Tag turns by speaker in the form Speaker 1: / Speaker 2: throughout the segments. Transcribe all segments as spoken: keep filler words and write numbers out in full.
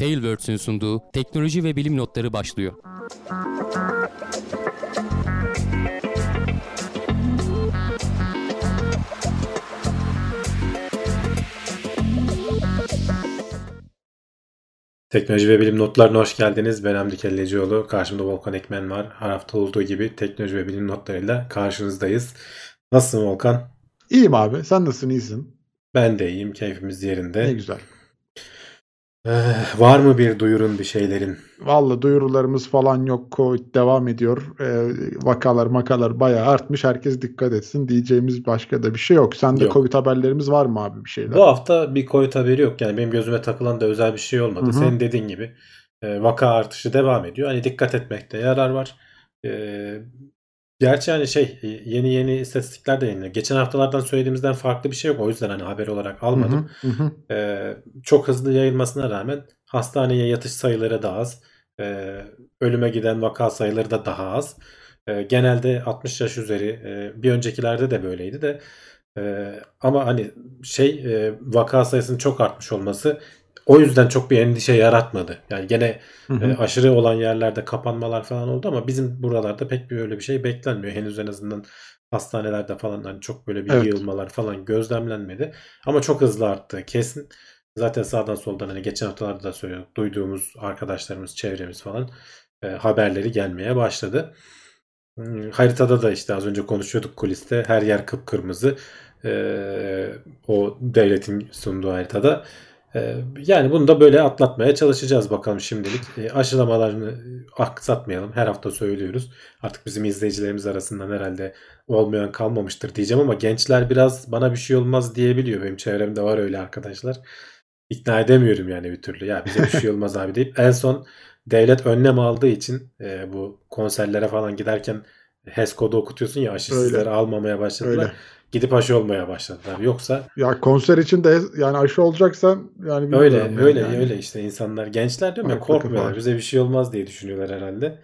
Speaker 1: Tailwords'ün sunduğu teknoloji ve bilim notları başlıyor.
Speaker 2: Teknoloji ve bilim notlarına hoş geldiniz. Ben Hamdi Kellecioğlu. Karşımda Volkan Ekmen var. Her hafta olduğu gibi teknoloji ve bilim notlarıyla karşınızdayız. Nasılsın Volkan?
Speaker 3: İyiyim abi. Sen nasılsın? İyisin.
Speaker 2: Ben de iyiyim. Keyfimiz yerinde.
Speaker 3: Ne güzel.
Speaker 2: Ee, var mı bir duyurun bir şeylerin?
Speaker 3: Vallahi duyurularımız falan yok. Covid devam ediyor. Ee, vakalar makalar bayağı artmış. Herkes dikkat etsin. Diyeceğimiz başka da bir şey yok. Sende
Speaker 2: Yok.
Speaker 3: Covid haberlerimiz var mı abi bir şeyler?
Speaker 2: Bu hafta bir Covid haberi yok. Yani benim gözüme takılan da özel bir şey olmadı.
Speaker 3: Hı hı.
Speaker 2: Senin dediğin gibi e, vaka artışı devam ediyor. Hani dikkat etmekte yarar var. E, Gerçi hani şey yeni yeni istatistikler de yayınlanıyor. Geçen haftalardan söylediğimizden farklı bir şey yok. O yüzden hani haber olarak almadım.
Speaker 3: Hı hı, hı.
Speaker 2: Ee, çok hızlı yayılmasına rağmen hastaneye yatış sayıları da az. Ee, ölüme giden vaka sayıları da daha az. Ee, genelde altmış yaş üzeri e, bir öncekilerde de böyleydi de e, ama hani şey e, vaka sayısının çok artmış olması o yüzden çok bir endişe yaratmadı. Yani gene
Speaker 3: Hı
Speaker 2: e,
Speaker 3: hı.
Speaker 2: aşırı olan yerlerde kapanmalar falan oldu ama bizim buralarda pek bir öyle bir şey beklenmiyor. Henüz en azından hastanelerde falan hani çok böyle bir
Speaker 3: Evet.
Speaker 2: yığılmalar falan gözlemlenmedi. Ama çok hızlı arttı kesin. Zaten sağdan soldan hani geçen haftalarda da söylüyorduk. Duyduğumuz arkadaşlarımız, çevremiz falan e, haberleri gelmeye başladı. Hmm, haritada da işte az önce konuşuyorduk kuliste. Her yer kıpkırmızı. E, o devletin sunduğu haritada. E, yani bunu da böyle atlatmaya çalışacağız bakalım şimdilik. E, aşılamalarını aksatmayalım. Her hafta söylüyoruz. Artık bizim izleyicilerimiz arasından herhalde olmayan kalmamıştır diyeceğim ama gençler biraz bana bir şey olmaz diyebiliyor. Benim çevremde var öyle arkadaşlar. İkna edemiyorum yani bir türlü. Ya bize bir şey olmaz abi deyip en son devlet önlem aldığı için e, bu konserlere falan giderken H E S kodu okutuyorsun ya
Speaker 3: Öyle.
Speaker 2: aşısızları almamaya başladılar.
Speaker 3: Öyle.
Speaker 2: Gidip aşı olmaya başladılar. Yoksa
Speaker 3: Ya konser için de yani aşı olacaksan yani
Speaker 2: öyle
Speaker 3: bilmiyorum ya
Speaker 2: öyle
Speaker 3: yani.
Speaker 2: öyle işte insanlar gençler diyorum ya
Speaker 3: Farklı kafa
Speaker 2: korkmuyorlar.
Speaker 3: var.
Speaker 2: Bize bir şey olmaz diye düşünüyorlar herhalde.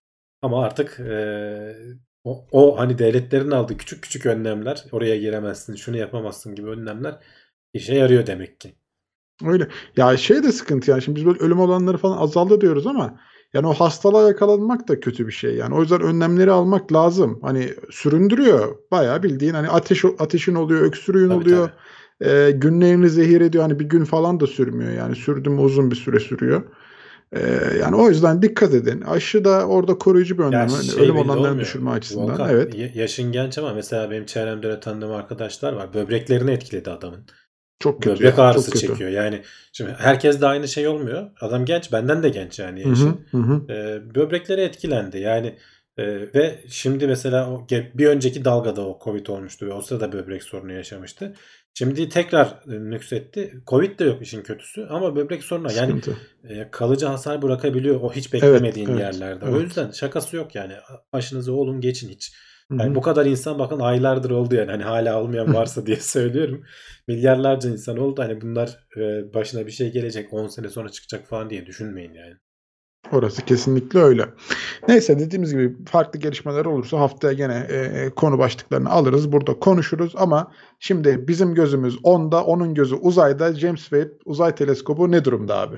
Speaker 2: Ama artık e, o, o hani devletlerin aldığı küçük küçük önlemler oraya giremezsin şunu yapamazsın gibi önlemler işe yarıyor demek ki.
Speaker 3: Öyle. Ya şey de sıkıntı yani şimdi biz böyle ölüm oranları falan azaldı diyoruz ama yani o hastalığa yakalanmak da kötü bir şey yani. O yüzden önlemleri almak lazım. Hani süründürüyor. Bayağı bildiğin hani ateş ateşin oluyor, öksürüğün
Speaker 2: Tabii
Speaker 3: oluyor.
Speaker 2: tabii.
Speaker 3: Eee, günlerini zehir ediyor. Hani bir gün falan da sürmüyor yani. Sürdü mü uzun bir süre sürüyor. Eee, yani o yüzden dikkat edin. Aşı da orada koruyucu bir
Speaker 2: Ya
Speaker 3: önlem. Hani
Speaker 2: şey
Speaker 3: ölüm
Speaker 2: belli
Speaker 3: oranlarını
Speaker 2: olmuyor.
Speaker 3: düşürme açısından.
Speaker 2: Volkan
Speaker 3: Evet.
Speaker 2: y- yaşın genç ama mesela benim çevremde öyle tanıdığım arkadaşlar var. Böbreklerini etkiledi adamın.
Speaker 3: Çok kötü
Speaker 2: Böbrek
Speaker 3: ya. Çok
Speaker 2: ağrısı
Speaker 3: kötü.
Speaker 2: çekiyor. Yani şimdi herkes de aynı şey olmuyor. Adam genç, benden de genç yani
Speaker 3: Hı hı.
Speaker 2: yaşı.
Speaker 3: Hı hı.
Speaker 2: Ee, böbrekleri etkilendi. Yani e, ve şimdi mesela o ge- bir önceki dalgada o Covid olmuştu ve o sırada böbrek sorunu yaşamıştı. Şimdi tekrar e, nüksetti. Covid de yok işin kötüsü ama böbrek sorunu var. Yani
Speaker 3: Sıkıntı.
Speaker 2: e, kalıcı hasar bırakabiliyor o hiç
Speaker 3: Evet.
Speaker 2: beklemediğin
Speaker 3: Evet.
Speaker 2: yerlerde. O
Speaker 3: Evet.
Speaker 2: yüzden şakası yok yani. Başınıza olun geçin hiç.
Speaker 3: Hı
Speaker 2: Yani
Speaker 3: hı.
Speaker 2: bu kadar insan bakın aylardır oldu yani. Hani hala olmayan varsa diye söylüyorum. Milyarlarca insan oldu. Hani bunlar e, başına bir şey gelecek on sene sonra çıkacak falan diye düşünmeyin yani.
Speaker 3: Orası kesinlikle öyle. Neyse dediğimiz gibi farklı gelişmeler olursa haftaya gene eee, konu başlıklarını alırız. Burada konuşuruz ama şimdi bizim gözümüz onda, onun gözü uzayda. James Webb Uzay Teleskobu ne durumda abi?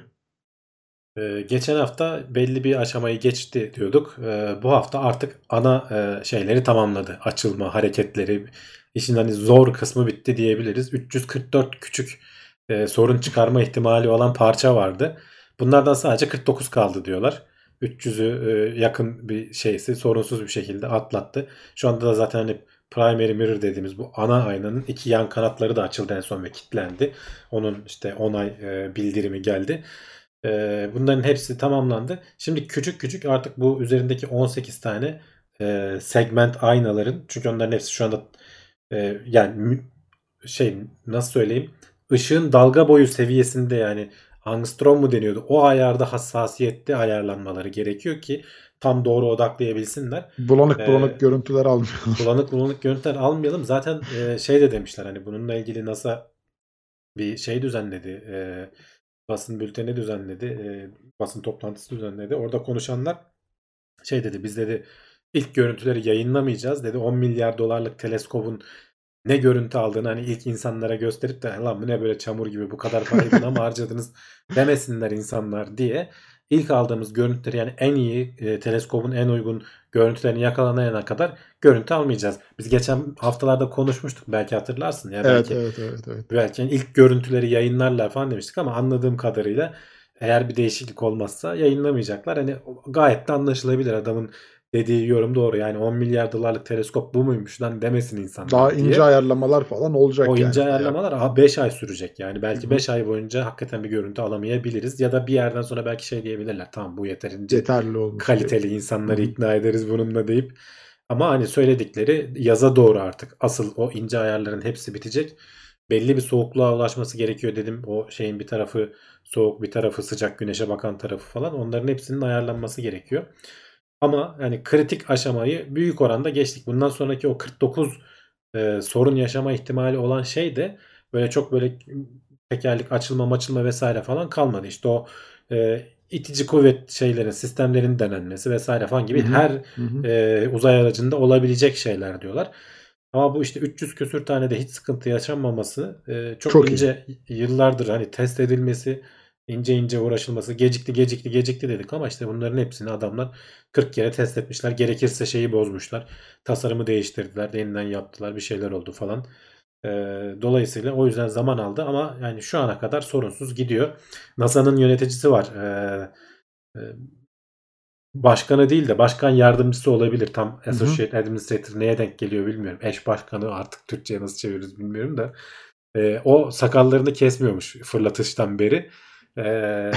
Speaker 2: E, geçen hafta belli bir aşamayı geçti diyorduk. E, bu hafta artık ana e, şeyleri tamamladı. Açılma, hareketleri, işin hani zor kısmı bitti diyebiliriz. üç yüz kırk dört küçük e, sorun çıkarma ihtimali olan parça vardı. Bunlardan sadece kırk dokuz kaldı diyorlar. üç yüzü e, yakın bir şeysi sorunsuz bir şekilde atlattı. Şu anda da zaten hani primary mirror dediğimiz bu ana aynanın iki yan kanatları da açıldı en son ve kilitlendi. Onun işte onay e, bildirimi geldi. E, bunların hepsi tamamlandı. Şimdi küçük küçük artık bu üzerindeki on sekiz tane e, segment aynaların çünkü onların hepsi şu anda e, yani mü- şey nasıl söyleyeyim ışığın dalga boyu seviyesinde yani angstrom mu deniyordu o ayarda hassasiyette ayarlanmaları gerekiyor ki tam doğru odaklayabilsinler.
Speaker 3: Bulanık
Speaker 2: E,
Speaker 3: bulanık görüntüler almıyorlar.
Speaker 2: bulanık bulanık görüntüler almayalım. Zaten e, şey de demişler hani bununla ilgili NASA bir şey düzenledi. E, basın bülteni düzenledi. E, basın toplantısı düzenledi. Orada konuşanlar şey dedi biz dedi ilk görüntüleri yayınlamayacağız dedi. on milyar dolarlık teleskobun ne görüntü aldığını hani ilk insanlara gösterip de lan bu ne böyle çamur gibi bu kadar parayı buna mı harcadınız demesinler insanlar diye ilk aldığımız görüntüleri yani en iyi e, teleskopun en uygun görüntülerini yakalanana kadar görüntü almayacağız. Biz geçen haftalarda konuşmuştuk belki hatırlarsın ya
Speaker 3: Evet,
Speaker 2: belki
Speaker 3: evet, evet, evet.
Speaker 2: belki yani ilk görüntüleri yayınlarlar falan demiştik ama anladığım kadarıyla eğer bir değişiklik olmazsa yayınlamayacaklar. Hani gayet de anlaşılabilir adamın dediği yorum doğru. Yani on milyar dolarlık teleskop bu muymuş lan demesin insanlar
Speaker 3: Daha
Speaker 2: diye.
Speaker 3: ince ayarlamalar falan olacak
Speaker 2: O
Speaker 3: yani.
Speaker 2: ince
Speaker 3: bayağı.
Speaker 2: ayarlamalar beş ay sürecek. Yani belki
Speaker 3: Hı hı.
Speaker 2: beş ay boyunca hakikaten bir görüntü alamayabiliriz. Ya da bir yerden sonra belki şey diyebilirler. Tamam bu yeterince
Speaker 3: Yeterli olmuş.
Speaker 2: kaliteli insanları
Speaker 3: Hı hı.
Speaker 2: ikna ederiz bununla deyip. Ama hani söyledikleri yaza doğru artık asıl o ince ayarların hepsi bitecek. Belli bir soğukluğa ulaşması gerekiyor dedim. O şeyin bir tarafı soğuk bir tarafı sıcak güneşe bakan tarafı falan onların hepsinin ayarlanması gerekiyor. Ama yani kritik aşamayı büyük oranda geçtik. Bundan sonraki o kırk dokuz e, sorun yaşama ihtimali olan şey de böyle çok böyle tekerlek açılma açılma vesaire falan kalmadı. İşte o e, itici kuvvet şeylerin sistemlerin denenmesi vesaire falan gibi
Speaker 3: Hı hı.
Speaker 2: her
Speaker 3: Hı hı.
Speaker 2: e, uzay aracında olabilecek şeyler diyorlar. Ama bu işte üç yüz küsür tane de hiç sıkıntı yaşanmaması e, çok,
Speaker 3: Çok iyi.
Speaker 2: ince yıllardır hani test edilmesi ince ince uğraşılması gecikti gecikti gecikti dedik ama işte bunların hepsini adamlar kırk kere test etmişler. Gerekirse şeyi bozmuşlar. Tasarımı değiştirdiler. Yeniden yaptılar. Bir şeyler oldu falan. E, dolayısıyla o yüzden zaman aldı ama yani şu ana kadar sorunsuz gidiyor. NASA'nın yöneticisi var. E, e, başkanı değil de başkan yardımcısı olabilir. Tam
Speaker 3: Hı hı.
Speaker 2: Associate Administrator neye denk geliyor bilmiyorum. Eş başkanı artık Türkçe'ye nasıl çeviririz bilmiyorum da. E, o sakallarını kesmiyormuş fırlatıştan beri. E,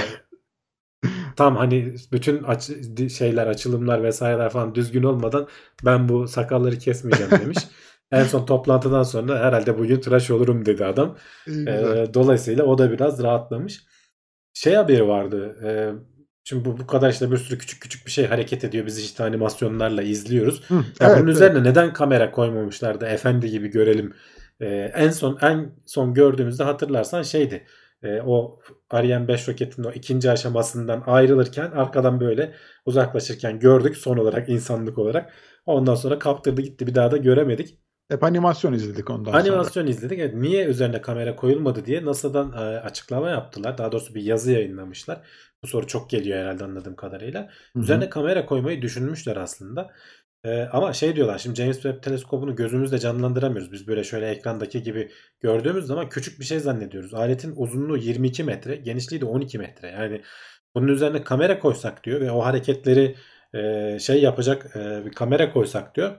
Speaker 2: tam hani bütün aç, şeyler açılımlar vesaireler falan düzgün olmadan ben bu sakalları kesmeyeceğim demiş. En son toplantıdan sonra herhalde bugün tıraş olurum dedi adam.
Speaker 3: İyi,
Speaker 2: E,
Speaker 3: güzel.
Speaker 2: dolayısıyla o da biraz rahatlamış. Şey haberi vardı. E, şimdi bu, bu kadar işte bir sürü küçük küçük bir şey hareket ediyor. Biz işte animasyonlarla izliyoruz.
Speaker 3: Hı,
Speaker 2: Ya
Speaker 3: evet,
Speaker 2: bunun
Speaker 3: evet.
Speaker 2: üzerine neden kamera koymamışlar da efendi gibi görelim. E, en son en son gördüğümüzde hatırlarsan şeydi. E, o Ariane beş roketinin o ikinci aşamasından ayrılırken arkadan böyle uzaklaşırken gördük son olarak insanlık olarak. Ondan sonra kaptırdı gitti bir daha da göremedik.
Speaker 3: Hep animasyon izledik ondan sonra.
Speaker 2: Animasyon izledik. Evet, niye üzerine kamera koyulmadı diye NASA'dan e, açıklama yaptılar. Daha doğrusu bir yazı yayınlamışlar. Bu soru çok geliyor herhalde anladığım kadarıyla.
Speaker 3: Hı hı.
Speaker 2: Üzerine kamera koymayı düşünmüşler aslında. E, ama şey diyorlar şimdi James Webb teleskopunu gözümüzde canlandıramıyoruz. Biz böyle şöyle ekrandaki gibi gördüğümüz zaman küçük bir şey zannediyoruz. Aletin uzunluğu yirmi iki metre, genişliği de on iki metre. Yani bunun üzerine kamera koysak diyor ve o hareketleri e, şey yapacak e, bir kamera koysak diyor.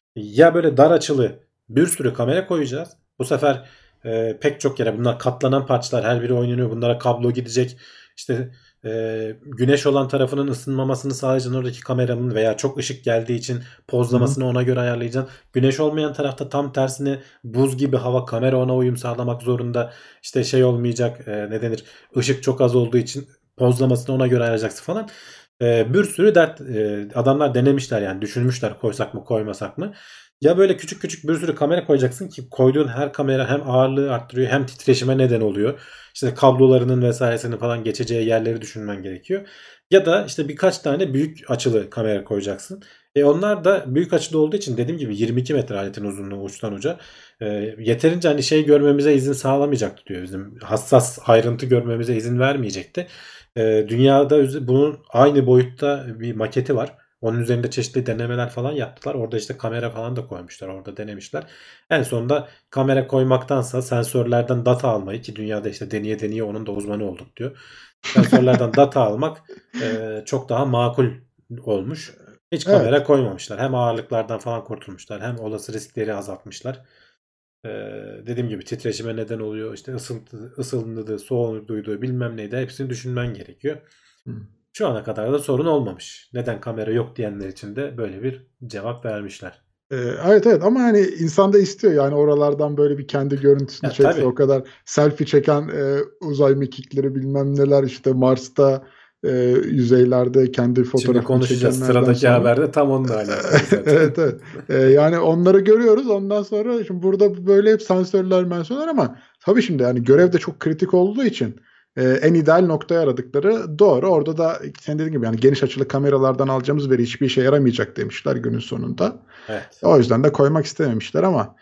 Speaker 2: Ya böyle dar açılı bir sürü kamera koyacağız. Bu sefer e, pek çok yere bunlar katlanan parçalar her biri oynanıyor. Bunlara kablo gidecek. İşte e, güneş olan tarafının ısınmamasını sağlayacaksın oradaki kameranın veya çok ışık geldiği için pozlamasını ona göre ayarlayacaksın. Güneş olmayan tarafta tam tersine buz gibi hava kamera ona uyum sağlamak zorunda. İşte şey olmayacak e, ne denir ışık çok az olduğu için pozlamasını ona göre ayarlayacaksın falan. E, bir sürü dert e, adamlar denemişler yani düşünmüşler koysak mı koymasak mı. Ya böyle küçük küçük bir sürü kamera koyacaksın ki koyduğun her kamera hem ağırlığı arttırıyor hem titreşime neden oluyor. İşte kablolarının vesairesinin falan geçeceği yerleri düşünmen gerekiyor. Ya da işte birkaç tane büyük açılı kamera koyacaksın. E onlar da büyük açılı olduğu için dediğim gibi yirmi iki metre aletin uzunluğu uçtan uca. E, yeterince hani şey görmemize izin sağlamayacaktı diyor. Bizim hassas ayrıntı görmemize izin vermeyecekti. E, dünyada bunun aynı boyutta bir maketi var. Onun üzerinde çeşitli denemeler falan yaptılar. Orada işte kamera falan da koymuşlar. Orada denemişler. En sonunda kamera koymaktansa sensörlerden data almayı ki dünyada işte deneye deneye onun da uzmanı olduk diyor. Sensörlerden data almak e, çok daha makul olmuş. Hiç kamera
Speaker 3: Evet.
Speaker 2: koymamışlar. Hem ağırlıklardan falan kurtulmuşlar. Hem olası riskleri azaltmışlar. Ee, dediğim gibi titreşime neden oluyor. İşte ısıntı, ısındığı, soğuduğu bilmem neydi. Hepsini düşünmen gerekiyor.
Speaker 3: Hı.
Speaker 2: Şu ana kadar da sorun olmamış. Neden kamera yok diyenler için de böyle bir cevap vermişler.
Speaker 3: Ee, evet evet ama hani insan da istiyor yani oralardan böyle bir kendi görüntüsünü
Speaker 2: Ya,
Speaker 3: çekse
Speaker 2: tabii.
Speaker 3: o kadar selfie çeken e, uzay mekikleri bilmem neler işte Mars'ta e, yüzeylerde kendi
Speaker 2: Şimdi
Speaker 3: fotoğrafını
Speaker 2: konuşacağız.
Speaker 3: çekenlerden
Speaker 2: Sıradaki
Speaker 3: sonra.
Speaker 2: haberde tam onunla alakalı zaten.
Speaker 3: Evet evet. Ee, yani onları görüyoruz ondan sonra şimdi burada böyle hep sensörler mensörler ama tabii şimdi yani görev de çok kritik olduğu için e, en ideal noktayı aradıkları doğru. Orada da sen dediğin gibi yani geniş açılı kameralardan alacağımız veri hiçbir işe yaramayacak demişler günün sonunda.
Speaker 2: Evet.
Speaker 3: O yüzden de koymak istememişler ama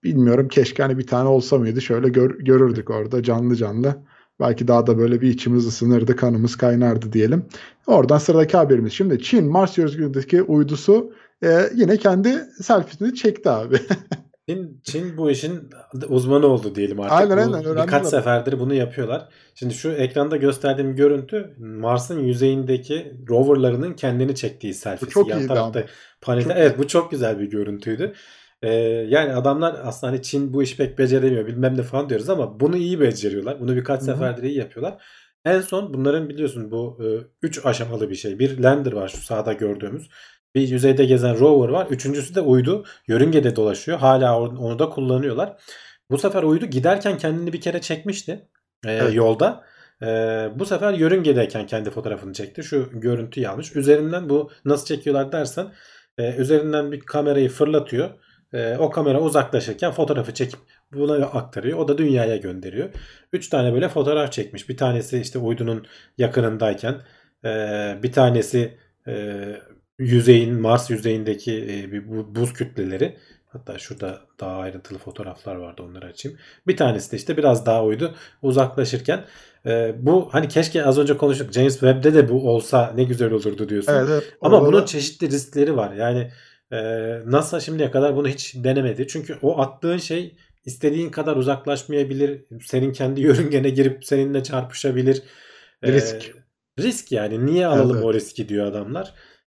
Speaker 3: bilmiyorum, keşke hani bir tane olsa mıydı, şöyle gör- görürdük orada canlı canlı. Belki daha da böyle bir içimiz ısınırdı, kanımız kaynardı diyelim. Oradan sıradaki haberimiz. Şimdi Çin Mars yörüngesindeki uydusu e, yine kendi selfiesini çekti abi.
Speaker 2: Çin, Çin bu işin uzmanı oldu diyelim artık.
Speaker 3: Aynen,
Speaker 2: Bu
Speaker 3: aynen, öğrendiler.
Speaker 2: birkaç seferdir bunu yapıyorlar. Şimdi şu ekranda gösterdiğim görüntü Mars'ın yüzeyindeki roverlarının kendini çektiği
Speaker 3: Bu
Speaker 2: selfiesi.
Speaker 3: çok
Speaker 2: Yan
Speaker 3: iyiydi
Speaker 2: tarafta
Speaker 3: ama.
Speaker 2: panelde.
Speaker 3: Çok
Speaker 2: Evet, bu çok güzel bir görüntüydü. Ee, yani adamlar aslında hani Çin bu işi pek beceremiyor bilmem ne falan diyoruz ama bunu iyi beceriyorlar. Bunu birkaç
Speaker 3: Hı hı.
Speaker 2: seferdir iyi yapıyorlar. En son bunların biliyorsun bu üç aşamalı bir şey. Bir lander var şu sağda gördüğümüz. Bir yüzeyde gezen rover var. Üçüncüsü de uydu. Yörüngede dolaşıyor. Hala onu da kullanıyorlar. Bu sefer uydu giderken kendini bir kere çekmişti e,
Speaker 3: Evet.
Speaker 2: yolda. E, bu sefer yörüngedeyken kendi fotoğrafını çekti. Şu görüntüyü almış. Üzerinden bu nasıl çekiyorlar dersen e, üzerinden bir kamerayı fırlatıyor. E, o kamera uzaklaşırken fotoğrafı çekip buna aktarıyor. O da dünyaya gönderiyor. Üç tane böyle fotoğraf çekmiş. Bir tanesi işte uydunun yakınındayken. E, bir tanesi e, yüzeyin Mars yüzeyindeki e, bir bu- buz kütleleri. Hatta şurada daha ayrıntılı fotoğraflar vardı, onları açayım. Bir tanesi de işte biraz daha uydu uzaklaşırken. E, bu hani keşke az önce konuştuk James Webb'de de bu olsa ne güzel olurdu diyorsun.
Speaker 3: Evet, evet.
Speaker 2: Ama
Speaker 3: Orada
Speaker 2: bunun
Speaker 3: da
Speaker 2: çeşitli riskleri var. Yani e, NASA şimdiye kadar bunu hiç denemedi. Çünkü o attığın şey istediğin kadar uzaklaşmayabilir. Senin kendi yörüngene girip seninle çarpışabilir. E,
Speaker 3: risk.
Speaker 2: risk yani. Niye
Speaker 3: Evet,
Speaker 2: alalım o
Speaker 3: evet.
Speaker 2: riski diyor adamlar.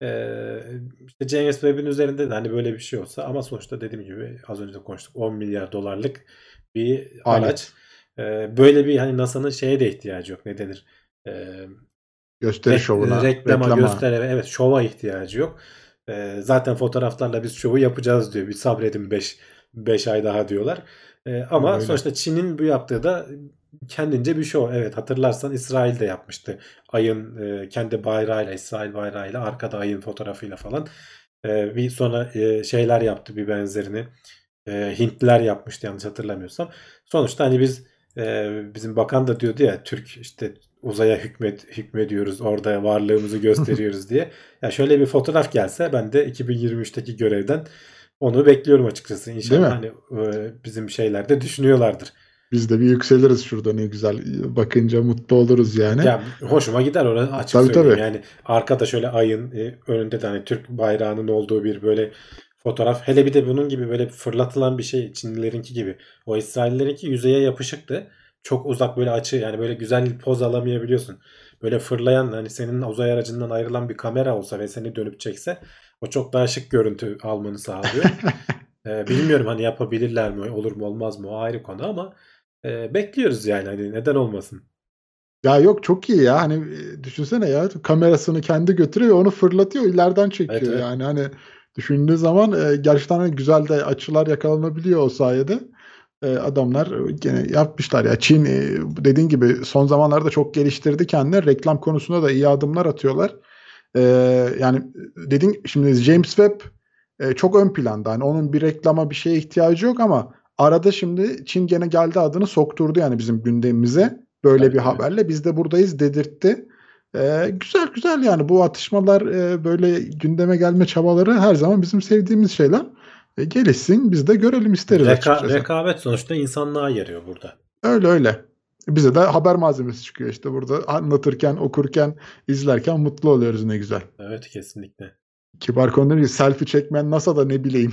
Speaker 2: Ee, işte James Webb'in üzerinde de hani böyle bir şey olsa ama sonuçta dediğim gibi az önce de konuştuk on milyar dolarlık bir araç.
Speaker 3: Alet.
Speaker 2: Ee, böyle bir hani NASA'nın şeye de ihtiyacı yok. Ne denir? Ee,
Speaker 3: Gösteri
Speaker 2: rek-
Speaker 3: şovuna,
Speaker 2: reklama,
Speaker 3: reklama.
Speaker 2: gösterime, evet şova ihtiyacı yok. Ee, zaten fotoğraflarla biz şovu yapacağız diyor. Bir sabredin beş beş ay daha diyorlar. Ee,
Speaker 3: Öyle
Speaker 2: ama
Speaker 3: öyle.
Speaker 2: sonuçta Çin'in bu yaptığı da kendince bir şov. Evet, hatırlarsan İsrail de yapmıştı. Ayın e, kendi bayrağıyla, İsrail bayrağıyla, arkada ayın fotoğrafıyla falan. Ee, bir sonra e, şeyler yaptı bir benzerini. Ee, Hintliler yapmıştı yanlış hatırlamıyorsam. Sonuçta hani biz e, bizim bakan da diyordu ya, Türk işte uzaya hükmet hükmediyoruz, orada varlığımızı gösteriyoruz diye. Ya şöyle bir fotoğraf gelse ben de iki bin yirmi üçteki görevden onu bekliyorum açıkçası.
Speaker 3: Değil
Speaker 2: İnşallah
Speaker 3: mi?
Speaker 2: hani e, bizim şeyler de düşünüyorlardır.
Speaker 3: Biz de bir yükseliriz şurada, ne güzel. Bakınca mutlu oluruz yani.
Speaker 2: Ya hoşuma gider, orası açık
Speaker 3: Tabii,
Speaker 2: söyleyeyim.
Speaker 3: tabii.
Speaker 2: Yani arkada şöyle ayın e, önünde de hani Türk bayrağının olduğu bir böyle fotoğraf. Hele bir de bunun gibi böyle fırlatılan bir şey, Çinlilerinki gibi. O İsraillerinki yüzeye yapışıktı. Çok uzak böyle açı, yani böyle güzel bir poz alamayabiliyorsun. Böyle fırlayan, hani senin uzay aracından ayrılan bir kamera olsa ve seni dönüp çekse o çok daha şık görüntü almanı sağlıyor. Ee, bilmiyorum hani yapabilirler mi, olur mu olmaz mı, o ayrı konu ama e, bekliyoruz yani, hani neden olmasın.
Speaker 3: Ya yok, çok iyi ya. Hani e, düşünsene ya, kamerasını kendi götürüyor, onu fırlatıyor, ileriden
Speaker 2: Evet,
Speaker 3: çekiyor.
Speaker 2: evet.
Speaker 3: Yani hani düşündüğü zaman e, gerçekten hani güzel de açılar yakalanabiliyor o sayede. E, adamlar gene yapmışlar ya. Çin e, dediğin gibi son zamanlarda çok geliştirdi kendini. Reklam konusunda da iyi adımlar atıyorlar. E, yani dediğin şimdi James Webb e, çok ön planda. Hani onun bir reklama, bir şeye ihtiyacı yok ama arada şimdi Çin gene geldi, adını sokturdu yani bizim gündemimize. Böyle
Speaker 2: Tabii,
Speaker 3: bir
Speaker 2: tabii.
Speaker 3: haberle biz de buradayız dedirtti. E, güzel güzel yani bu atışmalar, e, böyle gündeme gelme çabaları her zaman bizim sevdiğimiz şeyler. E, gelişsin, biz de görelim isteriz
Speaker 2: Reka-
Speaker 3: açıkçası.
Speaker 2: rekabet sonuçta insanlığa yarıyor burada.
Speaker 3: Öyle öyle. Bize de haber malzemesi çıkıyor işte burada, anlatırken, okurken, izlerken mutlu oluyoruz, ne güzel.
Speaker 2: Evet, kesinlikle.
Speaker 3: Kibar konu değil. Selfie çekmeyen NASA'da ne bileyim.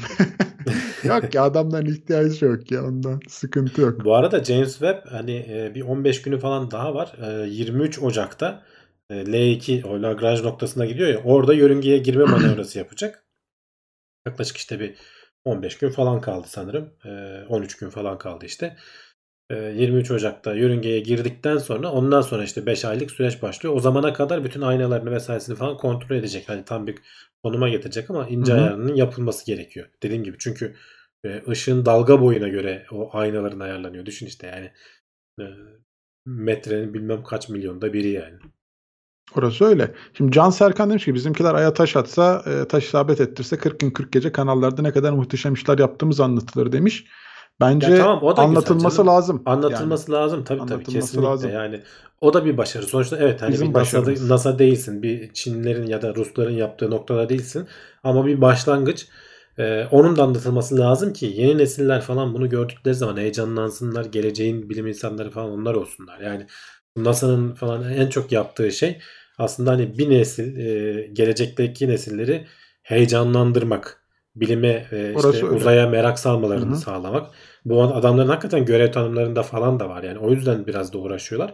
Speaker 3: Yok ya, adamların ihtiyacı yok ya, ondan sıkıntı yok.
Speaker 2: Bu arada James Webb hani e, bir on beş günü falan daha var. E, yirmi üç Ocak'ta e, L iki o Lagrange noktasına gidiyor ya, orada yörüngeye girme manevrası yapacak. Yaklaşık işte bir on beş gün falan kaldı sanırım. E, on üç gün falan kaldı işte. E, yirmi üç Ocak'ta yörüngeye girdikten sonra ondan sonra işte beş aylık süreç başlıyor. O zamana kadar bütün aynalarını vesairesini falan kontrol edecek. Hani tam bir konuma getirecek ama
Speaker 3: Hı
Speaker 2: ince
Speaker 3: hı.
Speaker 2: ayarının yapılması gerekiyor. Dediğim gibi, çünkü e, ışığın dalga boyuna göre o aynaların ayarlanıyor. Düşün işte yani e, metrenin bilmem kaç milyonda biri yani.
Speaker 3: Orası öyle. Şimdi Can Serkan demiş ki bizimkiler Ay'a taş atsa, e, taş isabet ettirse kırk gün kırk gece kanallarda ne kadar muhteşem işler yaptığımız anlatılır demiş.
Speaker 2: Ya
Speaker 3: Bence
Speaker 2: tamam, o da güzel
Speaker 3: anlatılması
Speaker 2: canım.
Speaker 3: lazım. Yani
Speaker 2: Anlatılması lazım tabii, tabii,
Speaker 3: anlatılması
Speaker 2: kesinlikle
Speaker 3: lazım.
Speaker 2: yani o da bir başarı. Sonuçta evet, hani
Speaker 3: Bizim
Speaker 2: bir NASA'da,
Speaker 3: başarımız.
Speaker 2: NASA değilsin. Bir Çinlilerin ya da Rusların yaptığı noktada değilsin. Ama bir başlangıç. Ee, onun da anlatılması lazım ki yeni nesiller falan bunu gördükleri zaman heyecanlansınlar. Geleceğin bilim insanları falan onlar olsunlar. Yani NASA'nın falan en çok yaptığı şey aslında hani bir nesil e, gelecekteki nesilleri heyecanlandırmak. Bilime e, işte
Speaker 3: Orası öyle.
Speaker 2: uzaya merak
Speaker 3: Hı
Speaker 2: salmalarını
Speaker 3: hı.
Speaker 2: sağlamak. Bu adamların hakikaten görev tanımlarında falan da var. Yani o yüzden biraz da uğraşıyorlar.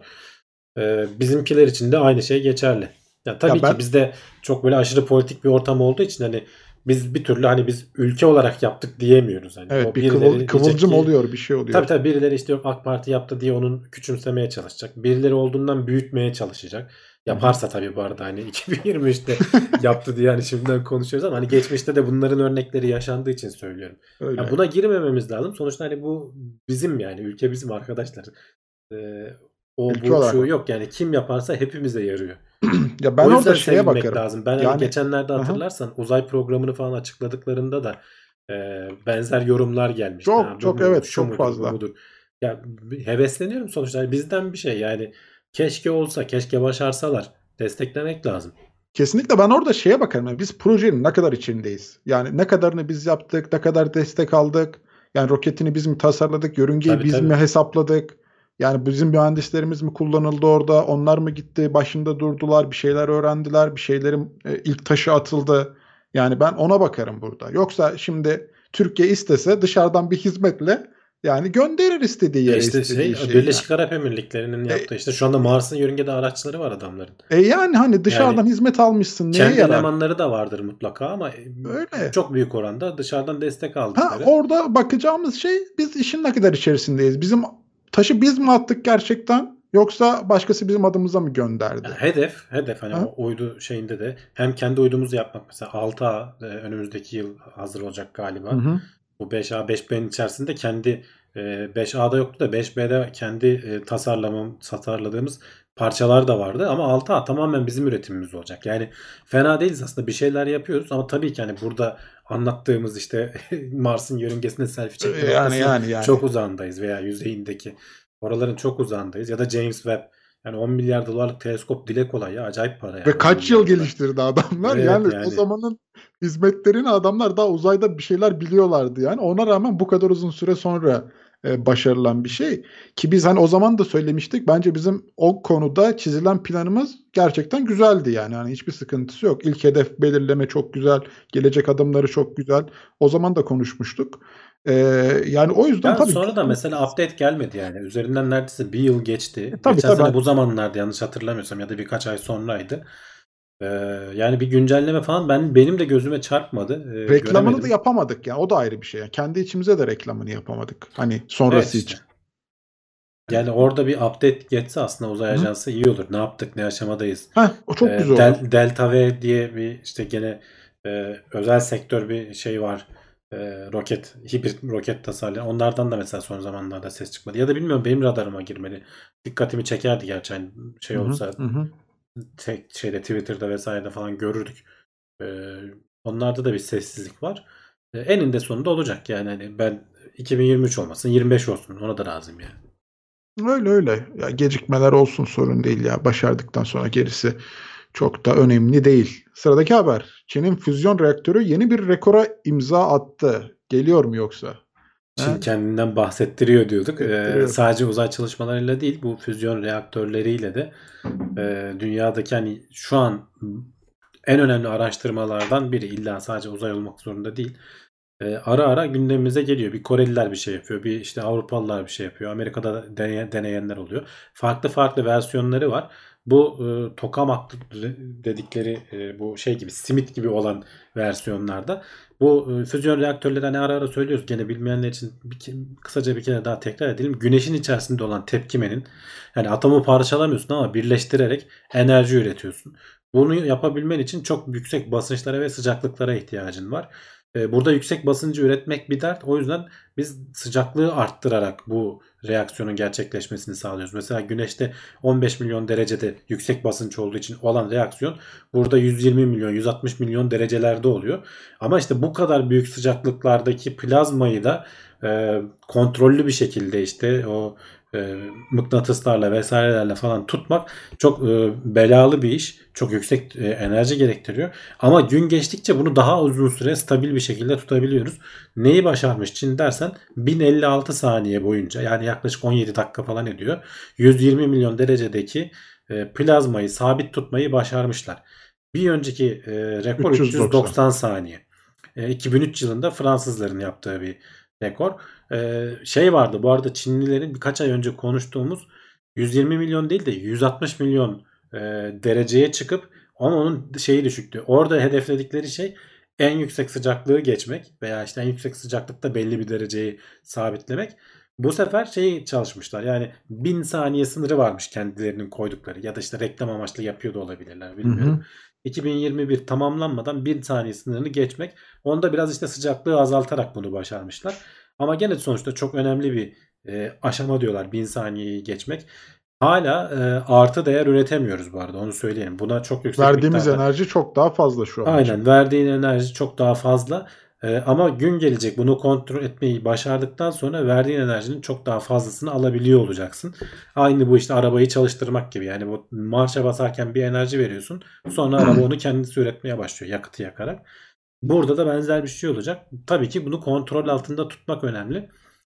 Speaker 2: Ee, bizimkiler için de aynı şey geçerli. Ya tabii
Speaker 3: Ya
Speaker 2: ki
Speaker 3: ben
Speaker 2: bizde çok böyle aşırı politik bir ortam olduğu için hani biz bir türlü hani biz ülke olarak yaptık diyemiyoruz. Hani
Speaker 3: evet
Speaker 2: o
Speaker 3: bir kıvıl,
Speaker 2: birileri diyecek
Speaker 3: kıvılcım
Speaker 2: ki
Speaker 3: oluyor, bir şey
Speaker 2: tabii
Speaker 3: oluyor.
Speaker 2: tabii birileri işte yok AK Parti yaptı diye onun küçümsemeye çalışacak. Birileri olduğundan büyütmeye çalışacak.
Speaker 3: Hı hı.
Speaker 2: Yaparsa tabii bu arada hani iki bin yirmi üçte yaptı diye hani şimdiden konuşuyoruz ama hani geçmişte de bunların örnekleri yaşandığı için söylüyorum. Ya
Speaker 3: Öyle.
Speaker 2: buna girmememiz lazım. Sonuçta hani bu bizim yani ülke bizim arkadaşlar. Ee, o
Speaker 3: Ülke
Speaker 2: bu
Speaker 3: olarak
Speaker 2: şu
Speaker 3: bak.
Speaker 2: yok yani kim yaparsa hepimize yarıyor.
Speaker 3: Ya ben
Speaker 2: O
Speaker 3: orada
Speaker 2: yüzden
Speaker 3: şeye
Speaker 2: sevinmek
Speaker 3: bakarım.
Speaker 2: lazım. Ben hani
Speaker 3: Yani
Speaker 2: geçenlerde
Speaker 3: hı hı.
Speaker 2: hatırlarsan uzay programını falan açıkladıklarında da e, benzer yorumlar gelmişti. Ha,
Speaker 3: Çok
Speaker 2: bu
Speaker 3: çok
Speaker 2: mu,
Speaker 3: evet
Speaker 2: şu
Speaker 3: çok
Speaker 2: mudur, bu
Speaker 3: fazla.
Speaker 2: mudur. Ya hevesleniyorum sonuçta. Yani bizden bir şey yani keşke olsa, keşke başarsalar. Desteklemek lazım.
Speaker 3: Kesinlikle ben orada şeye bakarım. Yani biz projenin ne kadar içindeyiz? Yani ne kadarını biz yaptık, ne kadar destek aldık? Yani roketini biz mi tasarladık, yörüngeyi
Speaker 2: Tabii
Speaker 3: biz
Speaker 2: tabii.
Speaker 3: mi hesapladık? Yani bizim mühendislerimiz mi kullanıldı orada? Onlar mı gitti, başında durdular, bir şeyler öğrendiler, bir şeylerin e, ilk taşı atıldı. Yani ben ona bakarım burada. Yoksa şimdi Türkiye istese dışarıdan bir hizmetle yani gönderir istediği
Speaker 2: E
Speaker 3: yere
Speaker 2: işte
Speaker 3: istediği
Speaker 2: şey
Speaker 3: şeyi yani.
Speaker 2: Birleşik Arap Emirlikleri'nin
Speaker 3: E,
Speaker 2: yaptığı işte şu anda Mars'ın yörüngede araçları var adamların.
Speaker 3: e yani hani dışarıdan
Speaker 2: Yani
Speaker 3: hizmet almışsın neye
Speaker 2: kendi
Speaker 3: yarar?
Speaker 2: elemanları da vardır mutlaka ama
Speaker 3: Öyle.
Speaker 2: çok büyük oranda dışarıdan destek
Speaker 3: Ha
Speaker 2: aldıkları.
Speaker 3: orada bakacağımız şey biz işin ne kadar içerisindeyiz. Bizim taşı biz mi attık gerçekten yoksa başkası bizim adımıza mı gönderdi?
Speaker 2: Yani hedef, hedef hani
Speaker 3: Ha?
Speaker 2: o uydu şeyinde de hem kendi uydumuzu yapmak mesela altı A e, önümüzdeki yıl hazır olacak
Speaker 3: Hı
Speaker 2: galiba.
Speaker 3: hı.
Speaker 2: Bu beş A beş B'nin içerisinde kendi e, beş A'da yoktu da beş B'de kendi e, tasarlamam, tasarladığımız parçalar da vardı ama altı A tamamen bizim üretimimiz olacak. Yani fena değiliz aslında bir şeyler yapıyoruz ama tabii ki hani burada anlattığımız işte Mars'ın yörüngesinde selfie çekme
Speaker 3: Yani
Speaker 2: noktasının
Speaker 3: yani yani.
Speaker 2: çok uzağındayız veya yüzeyindeki oraların çok uzağındayız ya da James Webb yani on milyar dolarlık teleskop dile kolay ya. Acayip para
Speaker 3: Ve
Speaker 2: yani on
Speaker 3: kaç yıl
Speaker 2: milyar dolar.
Speaker 3: geliştirdi adamlar?
Speaker 2: Evet
Speaker 3: Yani o
Speaker 2: yani.
Speaker 3: zamanın hizmetlerini adamlar daha uzayda bir şeyler biliyorlardı yani. Ona rağmen bu kadar uzun süre sonra e, başarılan bir şey. Ki biz hani o zaman da söylemiştik. Bence bizim o konuda çizilen planımız gerçekten güzeldi yani. Hani hiçbir sıkıntısı yok. İlk hedef belirleme çok güzel. Gelecek adımları çok güzel. O zaman da konuşmuştuk. E, yani o yüzden
Speaker 2: Ya
Speaker 3: tabii
Speaker 2: sonra da mesela update gelmedi yani. Üzerinden neredeyse bir yıl geçti.
Speaker 3: e, tabii
Speaker 2: Geçen
Speaker 3: tabii.
Speaker 2: sene bu zamanlarda yanlış hatırlamıyorsam ya da birkaç ay sonraydı. Ee, yani bir güncelleme falan ben benim de gözüme çarpmadı. Ee,
Speaker 3: Reklamını da
Speaker 2: göremedim.
Speaker 3: yapamadık yani. O da ayrı bir şey. Yani kendi içimize de reklamını yapamadık. Hani
Speaker 2: Evet
Speaker 3: sonrası
Speaker 2: işte.
Speaker 3: için.
Speaker 2: Yani orada bir update geçse aslında uzay
Speaker 3: Hı.
Speaker 2: ajansı iyi olur. Ne yaptık, ne aşamadayız.
Speaker 3: Heh, o çok
Speaker 2: Ee,
Speaker 3: güzel olur.
Speaker 2: Del- Delta V diye bir işte gene e, özel sektör bir şey var. E, roket, hibrit roket tasarlayan. Onlardan da mesela son zamanlarda ses çıkmadı. Ya da bilmiyorum benim radarıma girmedi. Dikkatimi çekerdi gerçi. Yani şey
Speaker 3: Hı hı,
Speaker 2: olsa
Speaker 3: hı hı.
Speaker 2: tek şeyde Twitter'da vesairede falan görürdük. E, onlarda da bir sessizlik var. E, eninde sonunda olacak yani. Hani ben iki bin yirmi üç olmasın yirmi beş olsun. Ona da razıyım yani.
Speaker 3: Öyle öyle. Ya gecikmeler olsun sorun değil ya. Başardıktan sonra gerisi çok da önemli değil. Sıradaki haber. Çin'in füzyon reaktörü yeni bir rekora imza attı. Geliyor mu yoksa?
Speaker 2: Çin
Speaker 3: Ha?
Speaker 2: kendinden bahsettiriyor diyorduk. Ee,
Speaker 3: Ettiriyor.
Speaker 2: sadece uzay çalışmalarıyla değil bu füzyon reaktörleriyle de e, dünyadaki hani şu an en önemli araştırmalardan biri illa sadece uzay olmak zorunda değil. E, ara ara gündemimize geliyor. Bir Koreliler bir şey yapıyor. Bir işte Avrupalılar bir şey yapıyor. Amerika'da da deney- deneyenler oluyor. Farklı farklı versiyonları var. Bu e, tokamak dedikleri e, bu şey gibi simit gibi olan versiyonlarda bu e, füzyon reaktörleri hani ara ara söylüyoruz. Gene bilmeyenler için bir, ke- kısaca bir kere daha tekrar edelim. Güneşin içerisinde olan tepkimenin yani atomu parçalamıyorsun ama birleştirerek enerji üretiyorsun. Bunu yapabilmen için çok yüksek basınçlara ve sıcaklıklara ihtiyacın var. E, Burada yüksek basıncı üretmek bir dert. O yüzden biz sıcaklığı arttırarak bu reaksiyonun gerçekleşmesini sağlıyoruz. Mesela güneşte on beş milyon derecede yüksek basınç olduğu için olan reaksiyon burada yüz yirmi milyon, yüz altmış milyon derecelerde oluyor. Ama işte bu kadar büyük sıcaklıklardaki plazmayı da e, kontrollü bir şekilde işte o e, mıknatıslarla vesairelerle falan tutmak çok e, belalı bir iş. Çok yüksek e, enerji gerektiriyor. Ama gün geçtikçe bunu daha uzun süre stabil bir şekilde tutabiliyoruz. Neyi başarmış Çin dersen bin elli altı saniye boyunca, yani yaklaşık on yedi dakika falan ediyor, yüz yirmi milyon derecedeki e, plazmayı sabit tutmayı başarmışlar. Bir önceki e, rekor
Speaker 3: üç yüz doksan.
Speaker 2: üç yüz doksan saniye. E, iki bin üç yılında Fransızların yaptığı bir rekor. E, şey vardı bu arada, Çinlilerin birkaç ay önce konuştuğumuz yüz yirmi milyon değil de yüz altmış milyon e, dereceye çıkıp, ama onun şeyi düşüktü. Orada hedefledikleri şey en yüksek sıcaklığı geçmek veya işte en yüksek sıcaklıkta belli bir dereceyi sabitlemek. Bu sefer şeyi çalışmışlar, yani bin saniye sınırı varmış kendilerinin koydukları, ya da işte reklam amaçlı yapıyor da olabilirler,
Speaker 3: Hı
Speaker 2: bilmiyorum.
Speaker 3: hı.
Speaker 2: iki bin yirmi bir tamamlanmadan bin saniye sınırını geçmek, onda biraz işte sıcaklığı azaltarak bunu başarmışlar. Ama gene sonuçta çok önemli bir e, aşama diyorlar bin saniyeyi geçmek. Hala e, artı değer üretemiyoruz bu arada, onu söyleyelim. Buna çok yüksek
Speaker 3: Verdiğimiz
Speaker 2: miktarda.
Speaker 3: enerji çok daha fazla şu an için.
Speaker 2: Aynen, verdiğin enerji çok daha fazla. Ee, ama gün gelecek, bunu kontrol etmeyi başardıktan sonra verdiğin enerjinin çok daha fazlasını alabiliyor olacaksın. Aynı bu işte arabayı çalıştırmak gibi, yani bu marşa basarken bir enerji veriyorsun, sonra araba onu kendisi üretmeye başlıyor yakıtı yakarak. Burada da benzer bir şey olacak. Tabii ki bunu kontrol altında tutmak önemli.